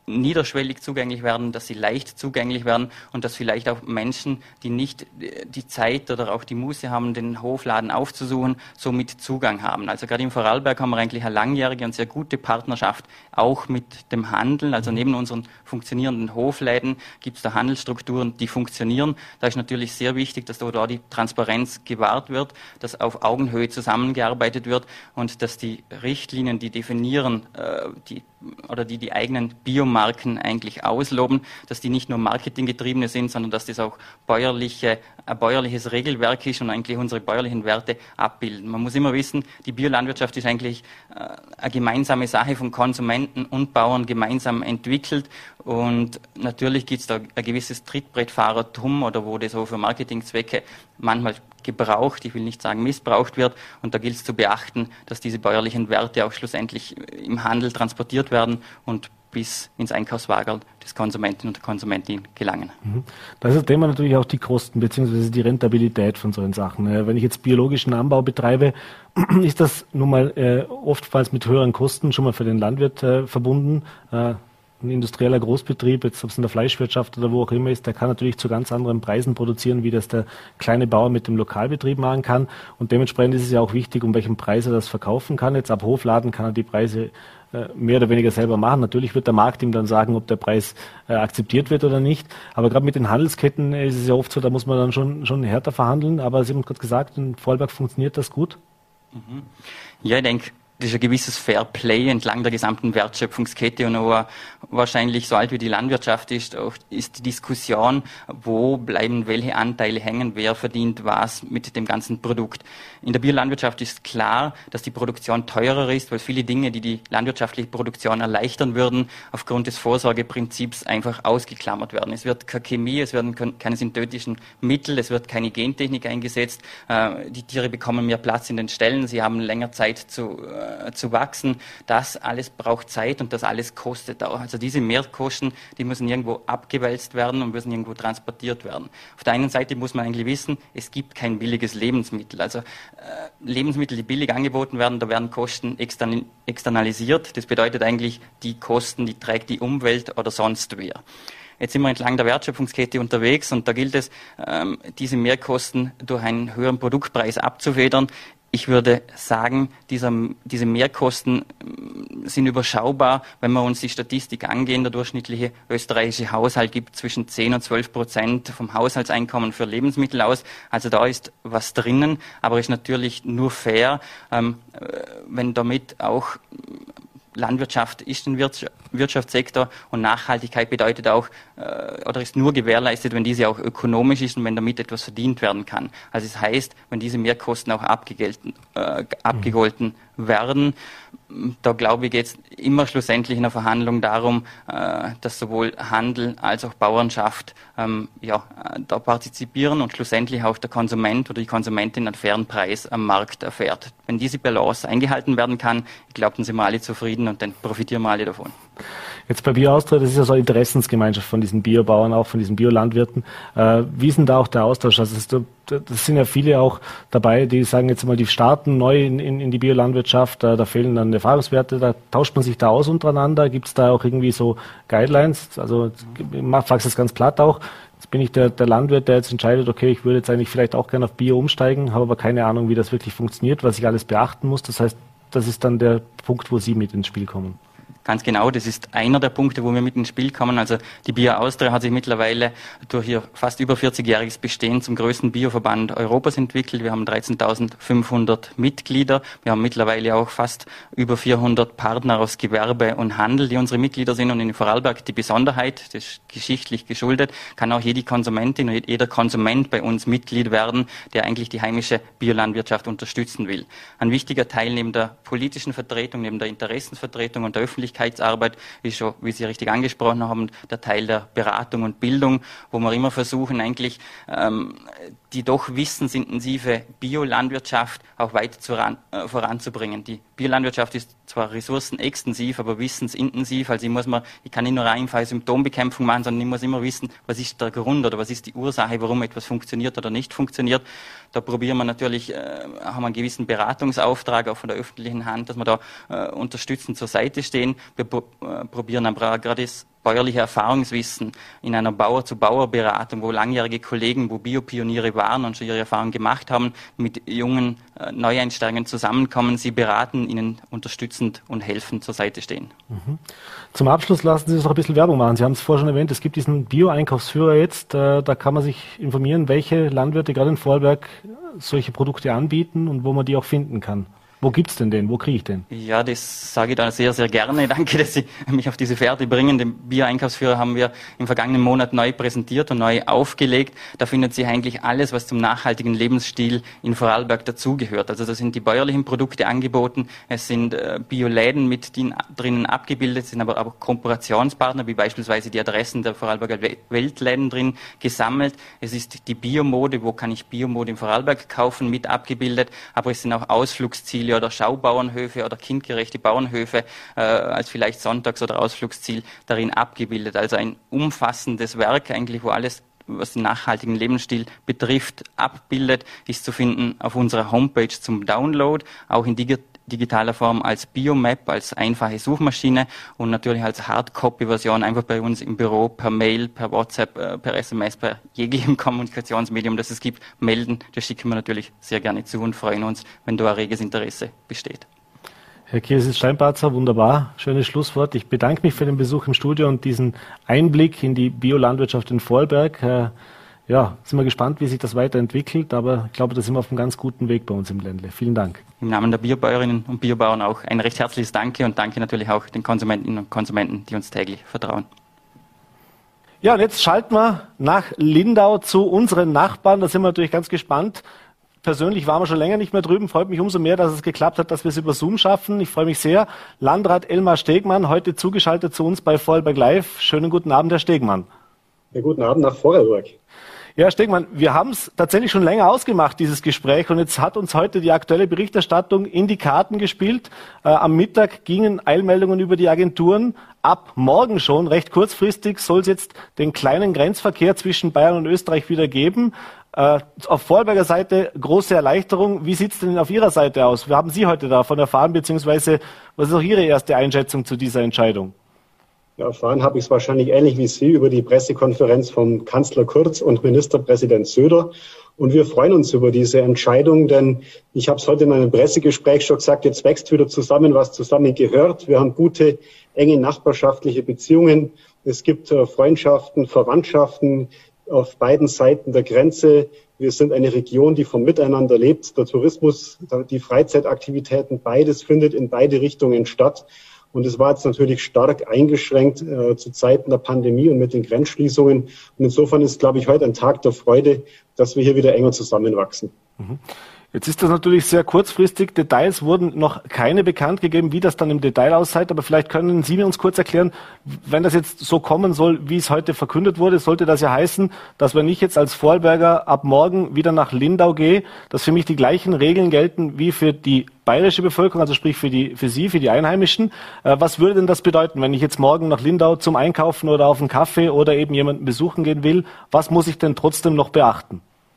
niederschwellig zugänglich werden, dass sie leicht zugänglich werden und dass vielleicht auch Menschen, die nicht die Zeit oder auch die Muße haben, den Hofladen aufzusuchen, somit Zugang haben. Also gerade im Vorarlberg haben wir eigentlich eine langjährige und sehr gute Partnerschaft auch mit dem Handel. Also neben unseren funktionierenden Hofläden gibt es da Handelsstrukturen, die funktionieren. Da ist natürlich sehr wichtig, dass da die Transparenz gewahrt wird, dass auf Augenhöhe zusammengearbeitet wird und dass die Richtlinien, die definieren, äh, die oder die die eigenen Biomarken eigentlich ausloben, dass die nicht nur marketinggetriebene sind, sondern dass das auch bäuerliche, ein bäuerliches Regelwerk ist und eigentlich unsere bäuerlichen Werte abbilden. Man muss immer wissen, die Biolandwirtschaft ist eigentlich äh, eine gemeinsame Sache von Konsumenten und Bauern gemeinsam entwickelt und natürlich gibt es da ein gewisses Trittbrettfahrertum oder wo das so für Marketingzwecke manchmal gebraucht, ich will nicht sagen missbraucht wird und da gilt es zu beachten, dass diese bäuerlichen Werte auch schlussendlich im Handel transportiert werden und bis ins Einkaufswagen des Konsumenten und der Konsumentin gelangen. Da ist das Thema natürlich auch die Kosten bzw. die Rentabilität von solchen Sachen. Wenn ich jetzt biologischen Anbau betreibe, ist das nun mal äh, oftmals mit höheren Kosten schon mal für den Landwirt äh, verbunden. Äh, Ein industrieller Großbetrieb, jetzt ob es in der Fleischwirtschaft oder wo auch immer ist, der kann natürlich zu ganz anderen Preisen produzieren, wie das der kleine Bauer mit dem Lokalbetrieb machen kann. Und dementsprechend ist es ja auch wichtig, um welchen Preis er das verkaufen kann. Jetzt ab Hofladen kann er die Preise äh, mehr oder weniger selber machen. Natürlich wird der Markt ihm dann sagen, ob der Preis äh, akzeptiert wird oder nicht. Aber gerade mit den Handelsketten ist es ja oft so, da muss man dann schon, schon härter verhandeln. Aber Sie haben gerade gesagt, in Vorarlberg funktioniert das gut? Mhm. Ja, ich denke, das ist ein gewisses Fair Play entlang der gesamten Wertschöpfungskette und auch wahrscheinlich so alt wie die Landwirtschaft ist, auch ist die Diskussion, wo bleiben welche Anteile hängen, wer verdient was mit dem ganzen Produkt. In der Biolandwirtschaft ist klar, dass die Produktion teurer ist, weil viele Dinge, die die landwirtschaftliche Produktion erleichtern würden, aufgrund des Vorsorgeprinzips einfach ausgeklammert werden. Es wird keine Chemie, es werden keine synthetischen Mittel, es wird keine Gentechnik eingesetzt, die Tiere bekommen mehr Platz in den Ställen, sie haben länger Zeit zu zu wachsen, das alles braucht Zeit und das alles kostet auch. Also diese Mehrkosten, die müssen irgendwo abgewälzt werden und müssen irgendwo transportiert werden. Auf der einen Seite muss man eigentlich wissen, es gibt kein billiges Lebensmittel. Also äh, Lebensmittel, die billig angeboten werden, da werden Kosten extern, externalisiert. Das bedeutet eigentlich, die Kosten, die trägt die Umwelt oder sonst wer. Jetzt sind wir entlang der Wertschöpfungskette unterwegs und da gilt es, ähm, diese Mehrkosten durch einen höheren Produktpreis abzufedern. Ich würde sagen, dieser, diese Mehrkosten sind überschaubar, wenn wir uns die Statistik angehen. Der durchschnittliche österreichische Haushalt gibt zwischen zehn und zwölf Prozent vom Haushaltseinkommen für Lebensmittel aus. Also da ist was drinnen, aber ist natürlich nur fair, ähm, wenn damit auch Landwirtschaft ist ein Wirtschaftssektor und Nachhaltigkeit bedeutet auch, äh, oder ist nur gewährleistet, wenn diese auch ökonomisch ist und wenn damit etwas verdient werden kann. Also es heißt, wenn diese Mehrkosten auch abgegolten, äh, abgegolten werden, da glaube ich, geht es immer schlussendlich in der Verhandlung darum, äh, dass sowohl Handel als auch Bauernschaft ähm, ja, da partizipieren und schlussendlich auch der Konsument oder die Konsumentin einen fairen Preis am Markt erfährt. Wenn diese Balance eingehalten werden kann, ich glaube, dann sind wir alle zufrieden und dann profitieren wir alle davon. Jetzt bei BioAustria, das ist ja so eine Interessensgemeinschaft von diesen Biobauern, auch von diesen Biolandwirten. Äh, wie ist denn da auch der Austausch? Also das, das sind ja viele auch dabei, die sagen jetzt mal, die starten neu in, in, in die Biolandwirtschaft, da, da fehlen dann Erfahrungswerte, da tauscht man sich da aus untereinander. Gibt es da auch irgendwie so Guidelines? Also ich frage es ganz platt auch. Jetzt bin ich der, der Landwirt, der jetzt entscheidet, okay, ich würde jetzt eigentlich vielleicht auch gerne auf Bio umsteigen, habe aber keine Ahnung, wie das wirklich funktioniert, was ich alles beachten muss. Das heißt, das ist dann der Punkt, wo Sie mit ins Spiel kommen. Ganz genau, das ist einer der Punkte, wo wir mit ins Spiel kommen. Also die BioAustria hat sich mittlerweile durch ihr fast über vierzigjähriges Bestehen zum größten Bioverband Europas entwickelt. Wir haben dreizehntausendfünfhundert Mitglieder. Wir haben mittlerweile auch fast über vierhundert Partner aus Gewerbe und Handel, die unsere Mitglieder sind. Und in Vorarlberg die Besonderheit, das ist geschichtlich geschuldet, kann auch jede Konsumentin und jeder Konsument bei uns Mitglied werden, der eigentlich die heimische Biolandwirtschaft unterstützen will. Ein wichtiger Teil neben der politischen Vertretung, neben der Interessensvertretung und der Öffentlichkeit Arbeit ist schon, wie Sie richtig angesprochen haben, der Teil der Beratung und Bildung, wo wir immer versuchen, eigentlich ähm, die doch wissensintensive Biolandwirtschaft auch weiter zu ran, äh, voranzubringen. Die Biolandwirtschaft ist zwar ressourcenextensiv, aber wissensintensiv. Also ich muss mal, ich kann nicht nur einfach Symptombekämpfung machen, sondern ich muss immer wissen, was ist der Grund oder was ist die Ursache, warum etwas funktioniert oder nicht funktioniert. Da probieren wir natürlich, äh, haben wir einen gewissen Beratungsauftrag auch von der öffentlichen Hand, dass wir da äh, unterstützend zur Seite stehen. Wir pro, äh, probieren aber gerade das bäuerliche Erfahrungswissen in einer Bauer-zu-Bauer-Beratung, wo langjährige Kollegen, wo Biopioniere waren und schon ihre Erfahrungen gemacht haben, mit jungen äh, Neueinsteigern zusammenkommen, sie beraten, ihnen unterstützend und helfend zur Seite stehen. Mhm. Zum Abschluss lassen Sie uns noch ein bisschen Werbung machen. Sie haben es vorher schon erwähnt, es gibt diesen Bio-Einkaufsführer jetzt, äh, da kann man sich informieren, welche Landwirte gerade in Vorarlberg solche Produkte anbieten und wo man die auch finden kann. Wo gibt's denn den? Wo kriege ich den? Ja, das sage ich da sehr, sehr gerne. Danke, dass Sie mich auf diese Fährte bringen. Den Bio-Einkaufsführer haben wir im vergangenen Monat neu präsentiert und neu aufgelegt. Da findet sich eigentlich alles, was zum nachhaltigen Lebensstil in Vorarlberg dazugehört. Also da sind die bäuerlichen Produkte angeboten, es sind äh, Bioläden mit drinnen abgebildet, sind aber auch Kooperationspartner, wie beispielsweise die Adressen der Vorarlberger Weltläden drin gesammelt. Es ist die Biomode, wo kann ich Biomode in Vorarlberg kaufen, mit abgebildet, aber es sind auch Ausflugsziele oder Schaubauernhöfe oder kindgerechte Bauernhöfe äh, als vielleicht Sonntags- oder Ausflugsziel darin abgebildet. Also ein umfassendes Werk eigentlich, wo alles, was den nachhaltigen Lebensstil betrifft, abbildet, ist zu finden auf unserer Homepage zum Download, auch in dig- digitaler Form als Biomap, als einfache Suchmaschine und natürlich als Hardcopy-Version einfach bei uns im Büro per Mail, per WhatsApp, äh, per S M S, per jeglichem Kommunikationsmedium, das es gibt, melden. Das schicken wir natürlich sehr gerne zu und freuen uns, wenn da ein reges Interesse besteht. Herr Kirsis-Steinparzer, wunderbar, schönes Schlusswort. Ich bedanke mich für den Besuch im Studio und diesen Einblick in die Biolandwirtschaft in Vorarlberg. Äh, Ja, sind wir gespannt, wie sich das weiterentwickelt, aber ich glaube, da sind wir auf einem ganz guten Weg bei uns im Ländle. Vielen Dank. Im Namen der Biobäuerinnen und Biobauern auch ein recht herzliches Danke und danke natürlich auch den Konsumentinnen und Konsumenten, die uns täglich vertrauen. Ja, und jetzt schalten wir nach Lindau zu unseren Nachbarn. Da sind wir natürlich ganz gespannt. Persönlich waren wir schon länger nicht mehr drüben. Freut mich umso mehr, dass es geklappt hat, dass wir es über Zoom schaffen. Ich freue mich sehr. Landrat Elmar Stegmann, heute zugeschaltet zu uns bei Vorarlberg Live. Schönen guten Abend, Herr Stegmann. Ja, guten Abend nach Vorarlberg. Ja, Stegmann, wir haben es tatsächlich schon länger ausgemacht, dieses Gespräch, und jetzt hat uns heute die aktuelle Berichterstattung in die Karten gespielt. Äh, am Mittag gingen Eilmeldungen über die Agenturen. Ab morgen schon, recht kurzfristig, soll es jetzt den kleinen Grenzverkehr zwischen Bayern und Österreich wieder geben. Äh, auf Vorarlberger Seite große Erleichterung. Wie sieht es denn auf Ihrer Seite aus? Wir haben Sie heute davon erfahren, beziehungsweise was ist auch Ihre erste Einschätzung zu dieser Entscheidung? Ja, erfahren habe ich es wahrscheinlich ähnlich wie Sie über die Pressekonferenz von Kanzler Kurz und Ministerpräsident Söder. Und wir freuen uns über diese Entscheidung, denn ich habe es heute in einem Pressegespräch schon gesagt, jetzt wächst wieder zusammen, was zusammen gehört. Wir haben gute, enge nachbarschaftliche Beziehungen. Es gibt äh, Freundschaften, Verwandtschaften auf beiden Seiten der Grenze. Wir sind eine Region, die vom Miteinander lebt. Der Tourismus, die Freizeitaktivitäten, beides findet in beide Richtungen statt. Und es war jetzt natürlich stark eingeschränkt äh, zu Zeiten der Pandemie und mit den Grenzschließungen. Und insofern ist, glaube ich, heute ein Tag der Freude, dass wir hier wieder enger zusammenwachsen. Mhm. Jetzt ist das natürlich sehr kurzfristig. Details wurden noch keine bekannt gegeben, wie das dann im Detail aussieht. Aber vielleicht können Sie mir uns kurz erklären, wenn das jetzt so kommen soll, wie es heute verkündet wurde, sollte das ja heißen, dass wenn ich jetzt als Vorarlberger ab morgen wieder nach Lindau gehe, dass für mich die gleichen Regeln gelten wie für die bayerische Bevölkerung, also sprich für die, für Sie, für die Einheimischen. Äh, was würde denn das bedeuten, wenn ich jetzt morgen nach Lindau zum Einkaufen oder auf einen Kaffee oder eben jemanden besuchen gehen will? Was muss ich denn trotzdem noch beachten?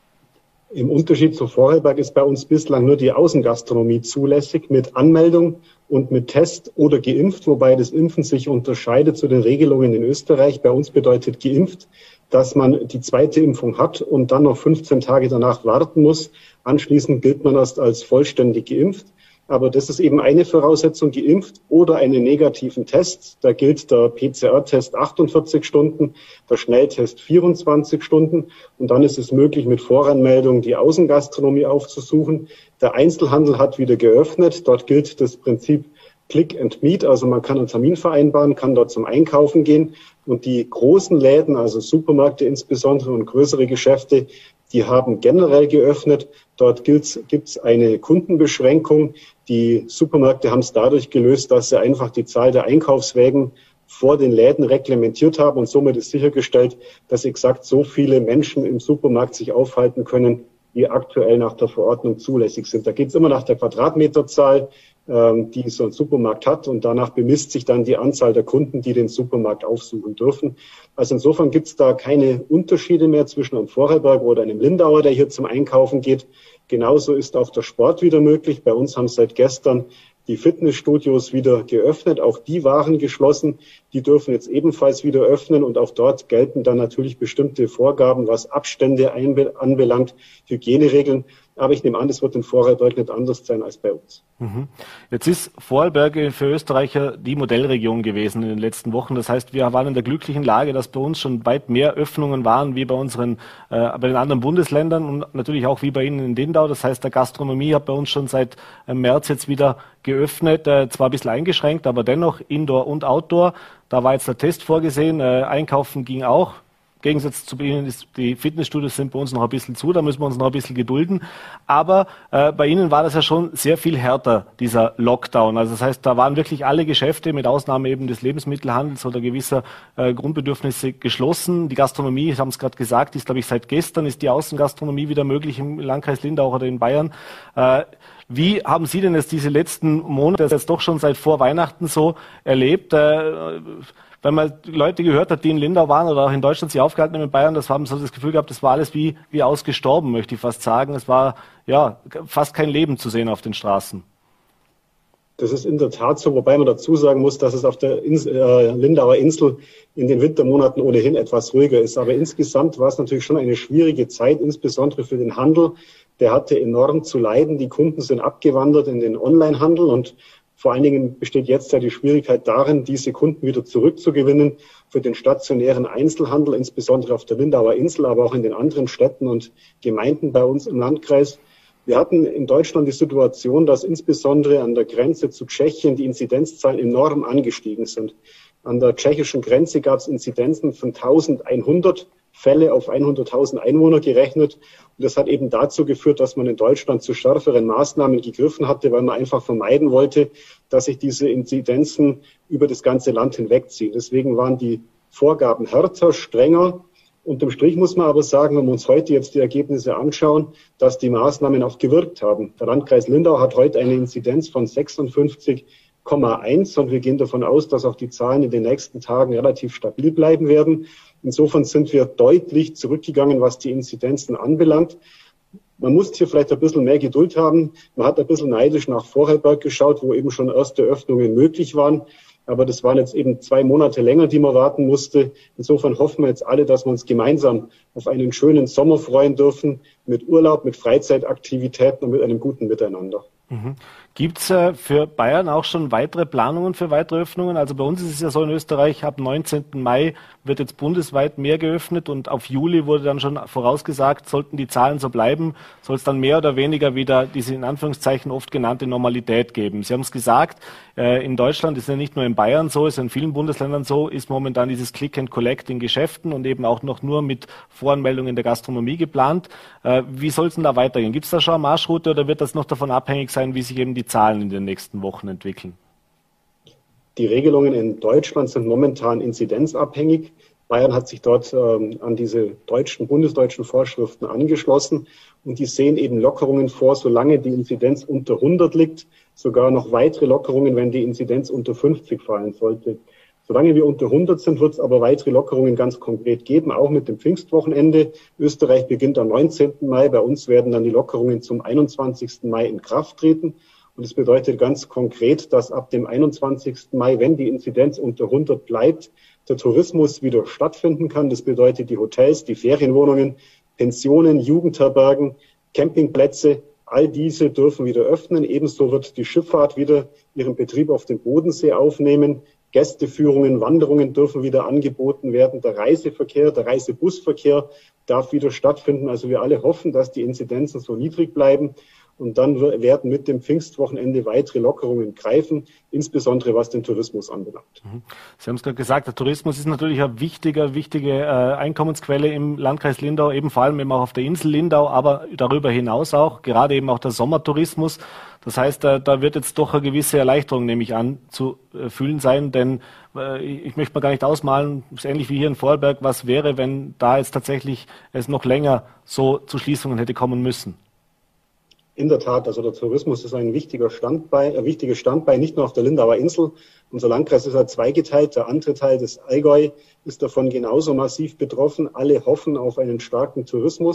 Im Unterschied zu Vorarlberg ist bei uns bislang nur die Außengastronomie zulässig mit Anmeldung und mit Test oder geimpft, wobei das Impfen sich unterscheidet zu den Regelungen in Österreich. Bei uns bedeutet geimpft, dass man die zweite Impfung hat und dann noch fünfzehn Tage danach warten muss. Anschließend gilt man erst als vollständig geimpft. Aber das ist eben eine Voraussetzung, geimpft oder einen negativen Test. Da gilt der P C R-Test achtundvierzig Stunden, der Schnelltest vierundzwanzig Stunden. Und dann ist es möglich, mit Voranmeldung die Außengastronomie aufzusuchen. Der Einzelhandel hat wieder geöffnet. Dort gilt das Prinzip Click and Meet. Also man kann einen Termin vereinbaren, kann dort zum Einkaufen gehen. Und die großen Läden, also Supermärkte insbesondere und größere Geschäfte, die haben generell geöffnet. Dort gibt es eine Kundenbeschränkung. Die Supermärkte haben es dadurch gelöst, dass sie einfach die Zahl der Einkaufswägen vor den Läden reglementiert haben. Und somit ist sichergestellt, dass exakt so viele Menschen im Supermarkt sich aufhalten können, wie aktuell nach der Verordnung zulässig sind. Da geht es immer nach der Quadratmeterzahl, ähm, die so ein Supermarkt hat. Und danach bemisst sich dann die Anzahl der Kunden, die den Supermarkt aufsuchen dürfen. Also insofern gibt es da keine Unterschiede mehr zwischen einem Vorarlberger oder einem Lindauer, der hier zum Einkaufen geht. Genauso ist auch der Sport wieder möglich. Bei uns haben seit gestern die Fitnessstudios wieder geöffnet. Auch die waren geschlossen. Die dürfen jetzt ebenfalls wieder öffnen. Und auch dort gelten dann natürlich bestimmte Vorgaben, was Abstände anbelangt, Hygieneregeln. Aber ich nehme an, es wird in Vorarlberg nicht anders sein als bei uns. Jetzt ist Vorarlberg für Österreicher die Modellregion gewesen in den letzten Wochen. Das heißt, wir waren in der glücklichen Lage, dass bei uns schon weit mehr Öffnungen waren wie bei unseren, äh, bei den anderen Bundesländern und natürlich auch wie bei Ihnen in Lindau. Das heißt, der Gastronomie hat bei uns schon seit März jetzt wieder geöffnet, äh, zwar ein bisschen eingeschränkt, aber dennoch Indoor und Outdoor. Da war jetzt der Test vorgesehen, äh, einkaufen ging auch. Im Gegensatz zu Ihnen ist, die Fitnessstudios sind bei uns noch ein bisschen zu, da müssen wir uns noch ein bisschen gedulden. Aber äh, bei Ihnen war das ja schon sehr viel härter, dieser Lockdown. Also das heißt, da waren wirklich alle Geschäfte, mit Ausnahme eben des Lebensmittelhandels oder gewisser äh, Grundbedürfnisse geschlossen. Die Gastronomie, Sie haben es gerade gesagt, ist, glaube ich, seit gestern ist die Außengastronomie wieder möglich im Landkreis Lindau oder in Bayern. Äh, Wie haben Sie denn jetzt diese letzten Monate, das jetzt doch schon seit vor Weihnachten so erlebt? Äh, wenn man Leute gehört hat, die in Lindau waren oder auch in Deutschland sich aufgehalten haben in Bayern, das haben so das Gefühl gehabt, das war alles wie, wie ausgestorben, möchte ich fast sagen. Es war ja fast kein Leben zu sehen auf den Straßen. Das ist in der Tat so, wobei man dazu sagen muss, dass es auf der Insel, äh, Lindauer Insel in den Wintermonaten ohnehin etwas ruhiger ist. Aber insgesamt war es natürlich schon eine schwierige Zeit, insbesondere für den Handel. Der hatte enorm zu leiden. Die Kunden sind abgewandert in den Onlinehandel und vor allen Dingen besteht jetzt ja die Schwierigkeit darin, diese Kunden wieder zurückzugewinnen für den stationären Einzelhandel, insbesondere auf der Lindauer Insel, aber auch in den anderen Städten und Gemeinden bei uns im Landkreis. Wir hatten in Deutschland die Situation, dass insbesondere an der Grenze zu Tschechien die Inzidenzzahlen enorm angestiegen sind. An der tschechischen Grenze gab es Inzidenzen von eintausendeinhundert Fälle auf hunderttausend Einwohner gerechnet. Und das hat eben dazu geführt, dass man in Deutschland zu schärferen Maßnahmen gegriffen hatte, weil man einfach vermeiden wollte, dass sich diese Inzidenzen über das ganze Land hinwegziehen. Deswegen waren die Vorgaben härter, strenger. Unterm Strich muss man aber sagen, wenn wir uns heute jetzt die Ergebnisse anschauen, dass die Maßnahmen auch gewirkt haben. Der Landkreis Lindau hat heute eine Inzidenz von sechsundfünfzig Komma eins und wir gehen davon aus, dass auch die Zahlen in den nächsten Tagen relativ stabil bleiben werden. Insofern sind wir deutlich zurückgegangen, was die Inzidenzen anbelangt. Man muss hier vielleicht ein bisschen mehr Geduld haben. Man hat ein bisschen neidisch nach Vorarlberg geschaut, wo eben schon erste Öffnungen möglich waren. Aber das waren jetzt eben zwei Monate länger, die man warten musste. Insofern hoffen wir jetzt alle, dass wir uns gemeinsam auf einen schönen Sommer freuen dürfen, mit Urlaub, mit Freizeitaktivitäten und mit einem guten Miteinander. Mhm. Gibt es äh, für Bayern auch schon weitere Planungen für weitere Öffnungen? Also bei uns ist es ja so in Österreich, ab neunzehnten Mai wird jetzt bundesweit mehr geöffnet und auf Juli wurde dann schon vorausgesagt, sollten die Zahlen so bleiben, soll es dann mehr oder weniger wieder diese in Anführungszeichen oft genannte Normalität geben. Sie haben es gesagt, äh, in Deutschland ist ja nicht nur in Bayern so, ist in vielen Bundesländern so, ist momentan dieses Click and Collect in Geschäften und eben auch noch nur mit Voranmeldung in der Gastronomie geplant. Äh, wie soll es denn da weitergehen? Gibt es da schon eine Marschroute oder wird das noch davon abhängig sein, wie sich eben die Zahlen in den nächsten Wochen entwickeln? Die Regelungen in Deutschland sind momentan inzidenzabhängig. Bayern hat sich dort ähm, an diese deutschen, bundesdeutschen Vorschriften angeschlossen und die sehen eben Lockerungen vor, solange die Inzidenz unter hundert liegt, sogar noch weitere Lockerungen, wenn die Inzidenz unter fünfzig fallen sollte. Solange wir unter hundert sind, wird es aber weitere Lockerungen ganz konkret geben, auch mit dem Pfingstwochenende. Österreich beginnt am neunzehnten Mai, bei uns werden dann die Lockerungen zum einundzwanzigsten Mai in Kraft treten. Und das bedeutet ganz konkret, dass ab dem einundzwanzigsten Mai, wenn die Inzidenz unter hundert bleibt, der Tourismus wieder stattfinden kann. Das bedeutet die Hotels, die Ferienwohnungen, Pensionen, Jugendherbergen, Campingplätze, all diese dürfen wieder öffnen. Ebenso wird die Schifffahrt wieder ihren Betrieb auf dem Bodensee aufnehmen. Gästeführungen, Wanderungen dürfen wieder angeboten werden. Der Reiseverkehr, der Reisebusverkehr darf wieder stattfinden. Also wir alle hoffen, dass die Inzidenzen so niedrig bleiben. Und dann werden mit dem Pfingstwochenende weitere Lockerungen greifen, insbesondere was den Tourismus anbelangt. Sie haben es gerade gesagt, der Tourismus ist natürlich eine wichtige, wichtige äh, Einkommensquelle im Landkreis Lindau, eben vor allem eben auch auf der Insel Lindau, aber darüber hinaus auch, gerade eben auch der Sommertourismus. Das heißt, äh, da wird jetzt doch eine gewisse Erleichterung, nehme ich an, zu äh, fühlen sein, denn äh, ich möchte mir gar nicht ausmalen, ist ähnlich wie hier in Vorarlberg, was wäre, wenn da jetzt tatsächlich es noch länger so zu Schließungen hätte kommen müssen. In der Tat, also der Tourismus ist ein wichtiger Standbein, ein wichtiges Standbein, nicht nur auf der Lindauer Insel. Unser Landkreis ist ja zweigeteilt. Der andere Teil des Allgäu ist davon genauso massiv betroffen. Alle hoffen auf einen starken Tourismus.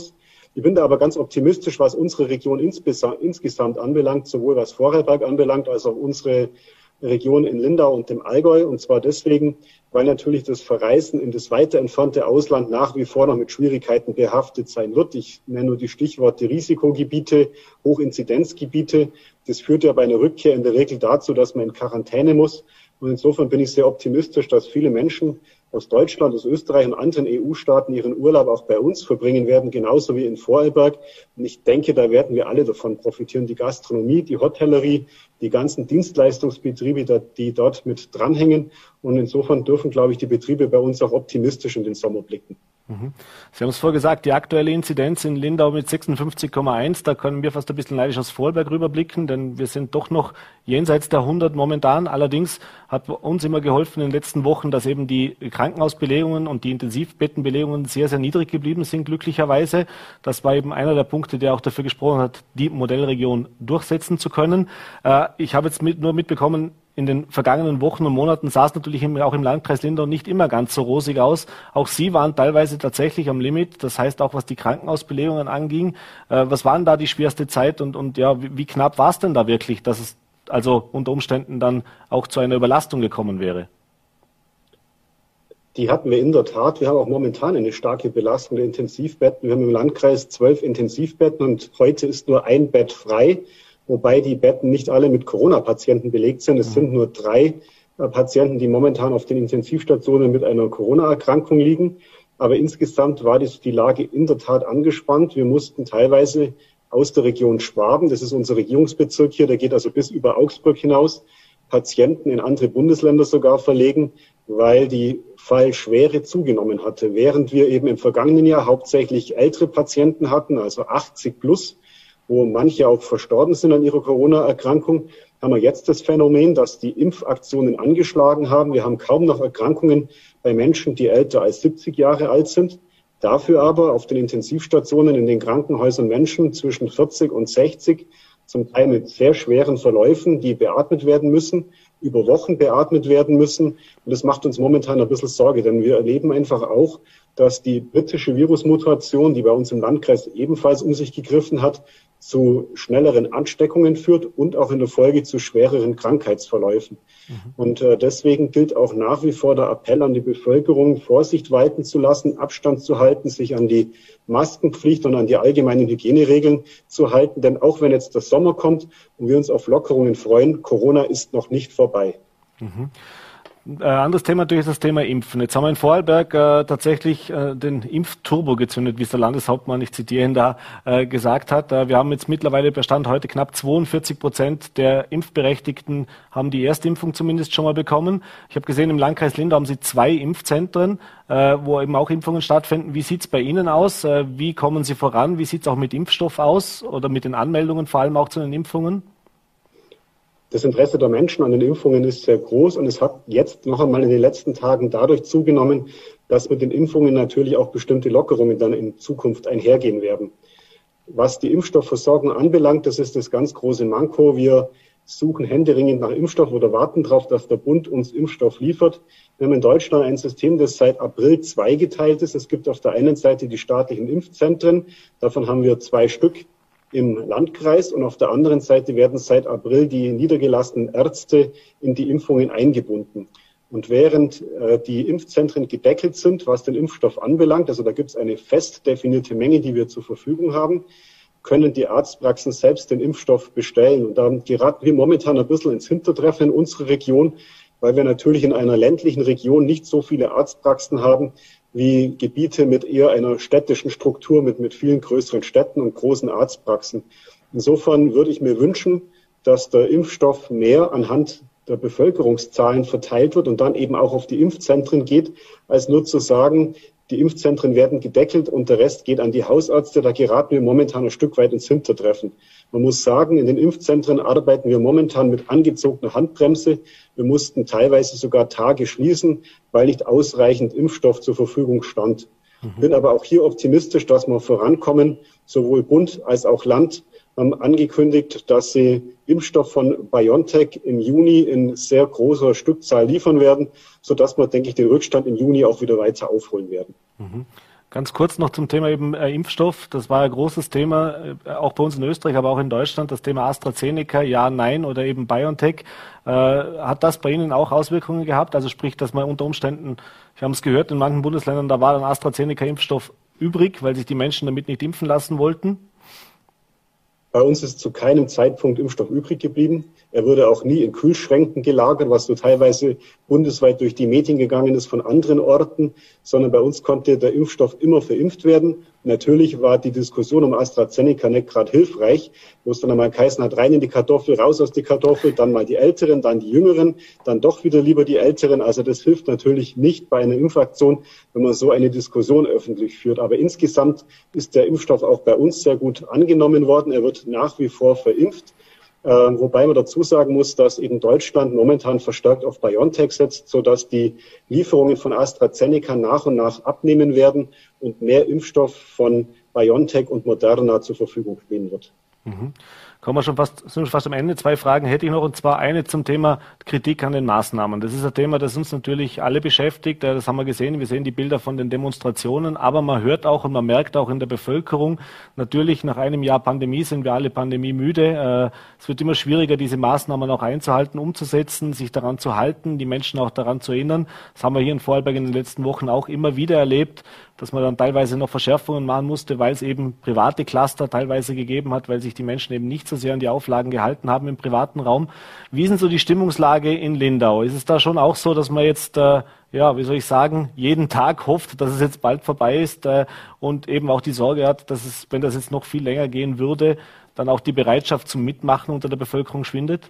Ich bin da aber ganz optimistisch, was unsere Region insgesamt anbelangt, sowohl was Vorarlberg anbelangt, als auch unsere Region in Lindau und dem Allgäu. Und zwar deswegen, weil natürlich das Verreisen in das weiter entfernte Ausland nach wie vor noch mit Schwierigkeiten behaftet sein wird. Ich nenne nur die Stichworte Risikogebiete, Hochinzidenzgebiete. Das führt ja bei einer Rückkehr in der Regel dazu, dass man in Quarantäne muss. Und insofern bin ich sehr optimistisch, dass viele Menschen aus Deutschland, aus Österreich und anderen E U-Staaten ihren Urlaub auch bei uns verbringen werden, genauso wie in Vorarlberg. Und ich denke, da werden wir alle davon profitieren. Die Gastronomie, die Hotellerie, die ganzen Dienstleistungsbetriebe, die dort mit dranhängen. Und insofern dürfen, glaube ich, die Betriebe bei uns auch optimistisch in den Sommer blicken. Sie haben es vorher gesagt, die aktuelle Inzidenz in Lindau mit sechsundfünfzig Komma eins, da können wir fast ein bisschen neidisch aus Vorarlberg rüberblicken, denn wir sind doch noch jenseits der hundert momentan. Allerdings hat uns immer geholfen in den letzten Wochen, dass eben die Krankenhausbelegungen und die Intensivbettenbelegungen sehr, sehr niedrig geblieben sind, glücklicherweise. Das war eben einer der Punkte, der auch dafür gesprochen hat, die Modellregion durchsetzen zu können. Ich habe jetzt mit, nur mitbekommen, in den vergangenen Wochen und Monaten sah es natürlich auch im Landkreis Lindau nicht immer ganz so rosig aus. Auch Sie waren teilweise tatsächlich am Limit, das heißt auch, was die Krankenhausbelegungen anging. Äh, was war denn da die schwerste Zeit und, und ja, wie, wie knapp war es denn da wirklich, dass es also unter Umständen dann auch zu einer Überlastung gekommen wäre? Die hatten wir in der Tat. Wir haben auch momentan eine starke Belastung der Intensivbetten. Wir haben im Landkreis zwölf Intensivbetten und heute ist nur ein Bett frei. Wobei die Betten nicht alle mit Corona-Patienten belegt sind. Es sind nur drei äh, Patienten, die momentan auf den Intensivstationen mit einer Corona-Erkrankung liegen. Aber insgesamt war die, die Lage in der Tat angespannt. Wir mussten teilweise aus der Region Schwaben, das ist unser Regierungsbezirk hier, der geht also bis über Augsburg hinaus, Patienten in andere Bundesländer sogar verlegen, weil die Fallschwere zugenommen hatte. Während wir eben im vergangenen Jahr hauptsächlich ältere Patienten hatten, also achtzig plus, wo manche auch verstorben sind an ihrer Corona-Erkrankung, haben wir jetzt das Phänomen, dass die Impfaktionen angeschlagen haben. Wir haben kaum noch Erkrankungen bei Menschen, die älter als siebzig Jahre alt sind. Dafür aber auf den Intensivstationen in den Krankenhäusern Menschen zwischen vierzig und sechzig, zum Teil mit sehr schweren Verläufen, die beatmet werden müssen, über Wochen beatmet werden müssen. Und das macht uns momentan ein bisschen Sorge, denn wir erleben einfach auch, dass die britische Virusmutation, die bei uns im Landkreis ebenfalls um sich gegriffen hat, zu schnelleren Ansteckungen führt und auch in der Folge zu schwereren Krankheitsverläufen. Mhm. Und äh, deswegen gilt auch nach wie vor der Appell an die Bevölkerung, Vorsicht walten zu lassen, Abstand zu halten, sich an die Maskenpflicht und an die allgemeinen Hygieneregeln zu halten. Denn auch wenn jetzt der Sommer kommt und wir uns auf Lockerungen freuen, Corona ist noch nicht vorbei. Mhm. Ein anderes Thema natürlich ist das Thema Impfen. Jetzt haben wir in Vorarlberg äh, tatsächlich äh, den Impfturbo gezündet, wie es der Landeshauptmann, ich zitiere ihn da, äh, gesagt hat. Äh, wir haben jetzt mittlerweile bei Stand heute knapp zweiundvierzig Prozent der Impfberechtigten haben die Erstimpfung zumindest schon mal bekommen. Ich habe gesehen, im Landkreis Lindau haben Sie zwei Impfzentren, äh, wo eben auch Impfungen stattfinden. Wie sieht es bei Ihnen aus? Äh, wie kommen Sie voran? Wie sieht es auch mit Impfstoff aus oder mit den Anmeldungen, vor allem auch zu den Impfungen? Das Interesse der Menschen an den Impfungen ist sehr groß und es hat jetzt noch einmal in den letzten Tagen dadurch zugenommen, dass mit den Impfungen natürlich auch bestimmte Lockerungen dann in Zukunft einhergehen werden. Was die Impfstoffversorgung anbelangt, das ist das ganz große Manko. Wir suchen händeringend nach Impfstoff oder warten darauf, dass der Bund uns Impfstoff liefert. Wir haben in Deutschland ein System, das seit April zweigeteilt ist. Es gibt auf der einen Seite die staatlichen Impfzentren, davon haben wir zwei Stück im Landkreis und auf der anderen Seite werden seit April die niedergelassenen Ärzte in die Impfungen eingebunden. Und während äh, die Impfzentren gedeckelt sind, was den Impfstoff anbelangt, also da gibt es eine fest definierte Menge, die wir zur Verfügung haben, können die Arztpraxen selbst den Impfstoff bestellen. Und da geraten wir momentan ein bisschen ins Hintertreffen in unserer Region, weil wir natürlich in einer ländlichen Region nicht so viele Arztpraxen haben, wie Gebiete mit eher einer städtischen Struktur, mit, mit vielen größeren Städten und großen Arztpraxen. Insofern würde ich mir wünschen, dass der Impfstoff mehr anhand der Bevölkerungszahlen verteilt wird und dann eben auch auf die Impfzentren geht, als nur zu sagen, die Impfzentren werden gedeckelt und der Rest geht an die Hausärzte. Da geraten wir momentan ein Stück weit ins Hintertreffen. Man muss sagen, in den Impfzentren arbeiten wir momentan mit angezogener Handbremse. Wir mussten teilweise sogar Tage schließen, weil nicht ausreichend Impfstoff zur Verfügung stand. Mhm. Bin aber auch hier optimistisch, dass wir vorankommen. Sowohl Bund als auch Land haben angekündigt, dass sie Impfstoff von BioNTech im Juni in sehr großer Stückzahl liefern werden, sodass wir, denke ich, den Rückstand im Juni auch wieder weiter aufholen werden. Mhm. Ganz kurz noch zum Thema eben äh, Impfstoff. Das war ein großes Thema, äh, auch bei uns in Österreich, aber auch in Deutschland. Das Thema AstraZeneca, ja, nein oder eben BioNTech. Äh, hat das bei Ihnen auch Auswirkungen gehabt? Also sprich, dass man unter Umständen, wir haben es gehört, in manchen Bundesländern, da war dann AstraZeneca-Impfstoff übrig, weil sich die Menschen damit nicht impfen lassen wollten? Bei uns ist zu keinem Zeitpunkt Impfstoff übrig geblieben. Er wurde auch nie in Kühlschränken gelagert, was so teilweise bundesweit durch die Medien gegangen ist von anderen Orten, sondern bei uns konnte der Impfstoff immer verimpft werden. Natürlich war die Diskussion um AstraZeneca nicht gerade hilfreich, wo es dann einmal geheißen hat, rein in die Kartoffel, raus aus die Kartoffel, dann mal die Älteren, dann die Jüngeren, dann doch wieder lieber die Älteren. Also das hilft natürlich nicht bei einer Impfaktion, wenn man so eine Diskussion öffentlich führt. Aber insgesamt ist der Impfstoff auch bei uns sehr gut angenommen worden. Er wird nach wie vor verimpft. Äh, wobei man dazu sagen muss, dass eben Deutschland momentan verstärkt auf BioNTech setzt, sodass die Lieferungen von AstraZeneca nach und nach abnehmen werden und mehr Impfstoff von BioNTech und Moderna zur Verfügung stehen wird. Mhm. Kommen wir schon fast, sind wir fast am Ende. Zwei Fragen hätte ich noch, und zwar eine zum Thema Kritik an den Maßnahmen. Das ist ein Thema, das uns natürlich alle beschäftigt. Das haben wir gesehen. Wir sehen die Bilder von den Demonstrationen, aber man hört auch und man merkt auch in der Bevölkerung, natürlich nach einem Jahr Pandemie sind wir alle pandemiemüde. Es wird immer schwieriger, diese Maßnahmen auch einzuhalten, umzusetzen, sich daran zu halten, die Menschen auch daran zu erinnern. Das haben wir hier in Vorarlberg in den letzten Wochen auch immer wieder erlebt, dass man dann teilweise noch Verschärfungen machen musste, weil es eben private Cluster teilweise gegeben hat, weil sich die Menschen eben nicht so sehr an die Auflagen gehalten haben im privaten Raum. Wie ist denn so die Stimmungslage in Lindau? Ist es da schon auch so, dass man jetzt, äh, ja, wie soll ich sagen, jeden Tag hofft, dass es jetzt bald vorbei ist äh, und eben auch die Sorge hat, dass es, wenn das jetzt noch viel länger gehen würde, dann auch die Bereitschaft zum Mitmachen unter der Bevölkerung schwindet?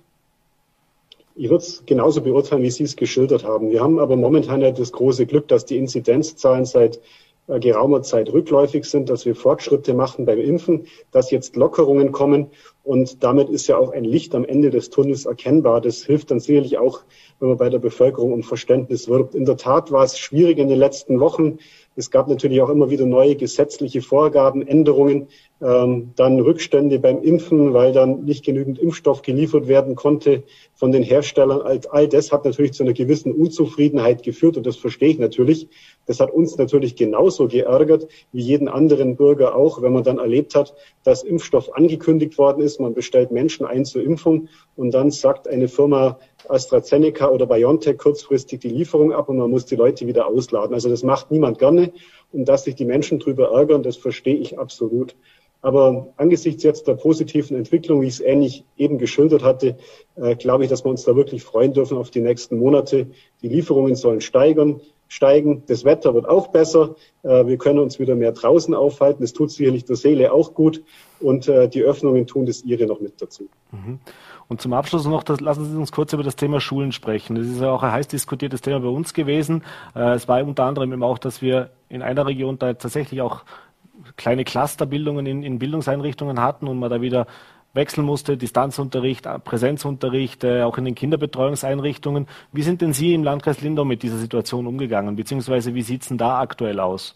Ich würde es genauso beurteilen, wie Sie es geschildert haben. Wir haben aber momentan ja das große Glück, dass die Inzidenzzahlen seit geraumer Zeit rückläufig sind, dass wir Fortschritte machen beim Impfen, dass jetzt Lockerungen kommen, und damit ist ja auch ein Licht am Ende des Tunnels erkennbar. Das hilft dann sicherlich auch, wenn man bei der Bevölkerung um Verständnis wirbt. In der Tat war es schwierig in den letzten Wochen. Es gab natürlich auch immer wieder neue gesetzliche Vorgaben, Änderungen, ähm, dann Rückstände beim Impfen, weil dann nicht genügend Impfstoff geliefert werden konnte von den Herstellern. All, all das hat natürlich zu einer gewissen Unzufriedenheit geführt, und das verstehe ich natürlich. Das hat uns natürlich genauso geärgert wie jeden anderen Bürger auch, wenn man dann erlebt hat, dass Impfstoff angekündigt worden ist. Man bestellt Menschen ein zur Impfung und dann sagt eine Firma AstraZeneca oder BioNTech kurzfristig die Lieferung ab und man muss die Leute wieder ausladen. Also das macht niemand gerne, und dass sich die Menschen darüber ärgern, das verstehe ich absolut. Aber angesichts jetzt der positiven Entwicklung, wie ich es ähnlich eben geschildert hatte, äh, glaube ich, dass wir uns da wirklich freuen dürfen auf die nächsten Monate. Die Lieferungen sollen steigern, steigen. Das Wetter wird auch besser. Äh, wir können uns wieder mehr draußen aufhalten. Das tut sicherlich der Seele auch gut. Und äh, die Öffnungen tun das ihre noch mit dazu. Mhm. Und zum Abschluss noch, das, lassen Sie uns kurz über das Thema Schulen sprechen. Das ist ja auch ein heiß diskutiertes Thema bei uns gewesen. Äh, es war unter anderem eben auch, dass wir in einer Region da tatsächlich auch kleine Clusterbildungen in, in Bildungseinrichtungen hatten und man da wieder wechseln musste, Distanzunterricht, Präsenzunterricht, äh, auch in den Kinderbetreuungseinrichtungen. Wie sind denn Sie im Landkreis Lindau mit dieser Situation umgegangen, beziehungsweise wie sieht es denn da aktuell aus?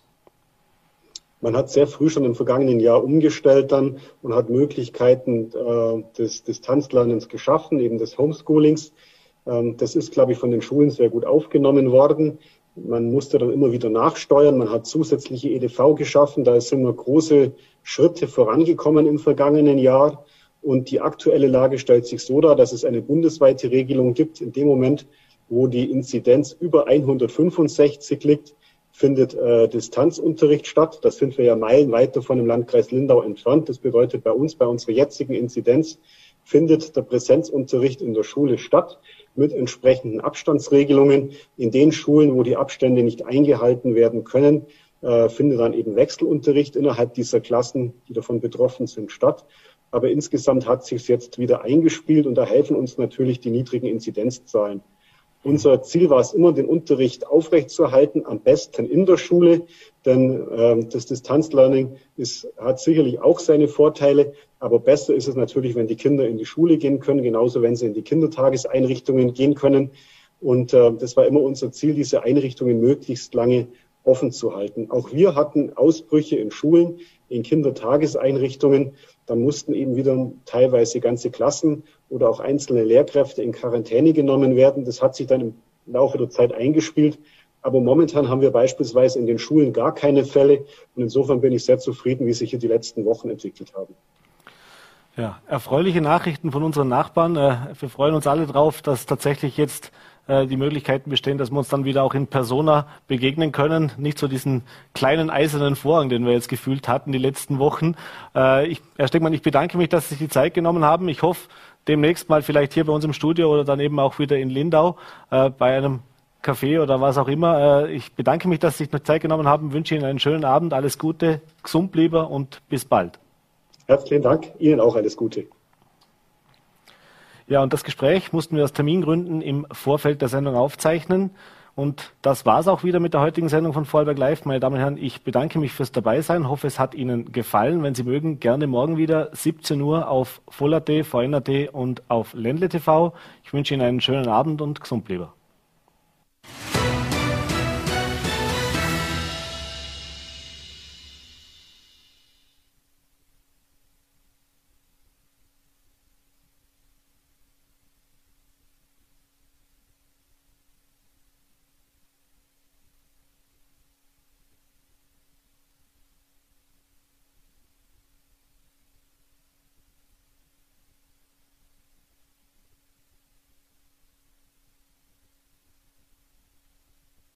Man hat sehr früh schon im vergangenen Jahr umgestellt dann und hat Möglichkeiten äh, des Distanzlernens geschaffen, eben des Homeschoolings. Ähm, das ist, glaube ich, von den Schulen sehr gut aufgenommen worden. Man musste dann immer wieder nachsteuern. Man hat zusätzliche E D V geschaffen. Da sind wir große Schritte vorangekommen im vergangenen Jahr. Und die aktuelle Lage stellt sich so dar, dass es eine bundesweite Regelung gibt. In dem Moment, wo die Inzidenz über hundertfünfundsechzig liegt, findet äh, Distanzunterricht statt. Das sind wir ja meilenweit davon im Landkreis Lindau entfernt. Das bedeutet, bei uns, bei unserer jetzigen Inzidenz, findet der Präsenzunterricht in der Schule statt mit entsprechenden Abstandsregelungen. In den Schulen, wo die Abstände nicht eingehalten werden können, äh, findet dann eben Wechselunterricht innerhalb dieser Klassen, die davon betroffen sind, statt. Aber insgesamt hat sich jetzt wieder eingespielt und da helfen uns natürlich die niedrigen Inzidenzzahlen. Unser Ziel war es immer, den Unterricht aufrechtzuerhalten, am besten in der Schule, denn äh, das Distanzlearning ist, hat sicherlich auch seine Vorteile, aber besser ist es natürlich, wenn die Kinder in die Schule gehen können, genauso wenn sie in die Kindertageseinrichtungen gehen können. Und äh, das war immer unser Ziel, diese Einrichtungen möglichst lange offen zu halten. Auch wir hatten Ausbrüche in Schulen, in Kindertageseinrichtungen. Da mussten eben wieder teilweise ganze Klassen oder auch einzelne Lehrkräfte in Quarantäne genommen werden. Das hat sich dann im Laufe der Zeit eingespielt. Aber momentan haben wir beispielsweise in den Schulen gar keine Fälle. Und insofern bin ich sehr zufrieden, wie sich hier die letzten Wochen entwickelt haben. Ja, erfreuliche Nachrichten von unseren Nachbarn. Wir freuen uns alle drauf, dass tatsächlich jetzt die Möglichkeiten bestehen, dass wir uns dann wieder auch in Persona begegnen können. Nicht so diesen kleinen eisernen Vorhang, den wir jetzt gefühlt hatten die letzten Wochen. Ich, Herr Stegmann, ich bedanke mich, dass Sie sich die Zeit genommen haben. Ich hoffe, demnächst mal vielleicht hier bei uns im Studio oder dann eben auch wieder in Lindau bei einem Café oder was auch immer. Ich bedanke mich, dass Sie sich noch Zeit genommen haben. Wünsche Ihnen einen schönen Abend, alles Gute, gesund bleiben und bis bald. Herzlichen Dank, Ihnen auch alles Gute. Ja, und das Gespräch mussten wir aus Termingründen im Vorfeld der Sendung aufzeichnen. Und das war's auch wieder mit der heutigen Sendung von Vorarlberg Live. Meine Damen und Herren, ich bedanke mich fürs Dabeisein, hoffe, es hat Ihnen gefallen. Wenn Sie mögen, gerne morgen wieder siebzehn Uhr auf Voll Punkt at, V N Punkt at und auf Ländle T V. Ich wünsche Ihnen einen schönen Abend und gesund bleiben.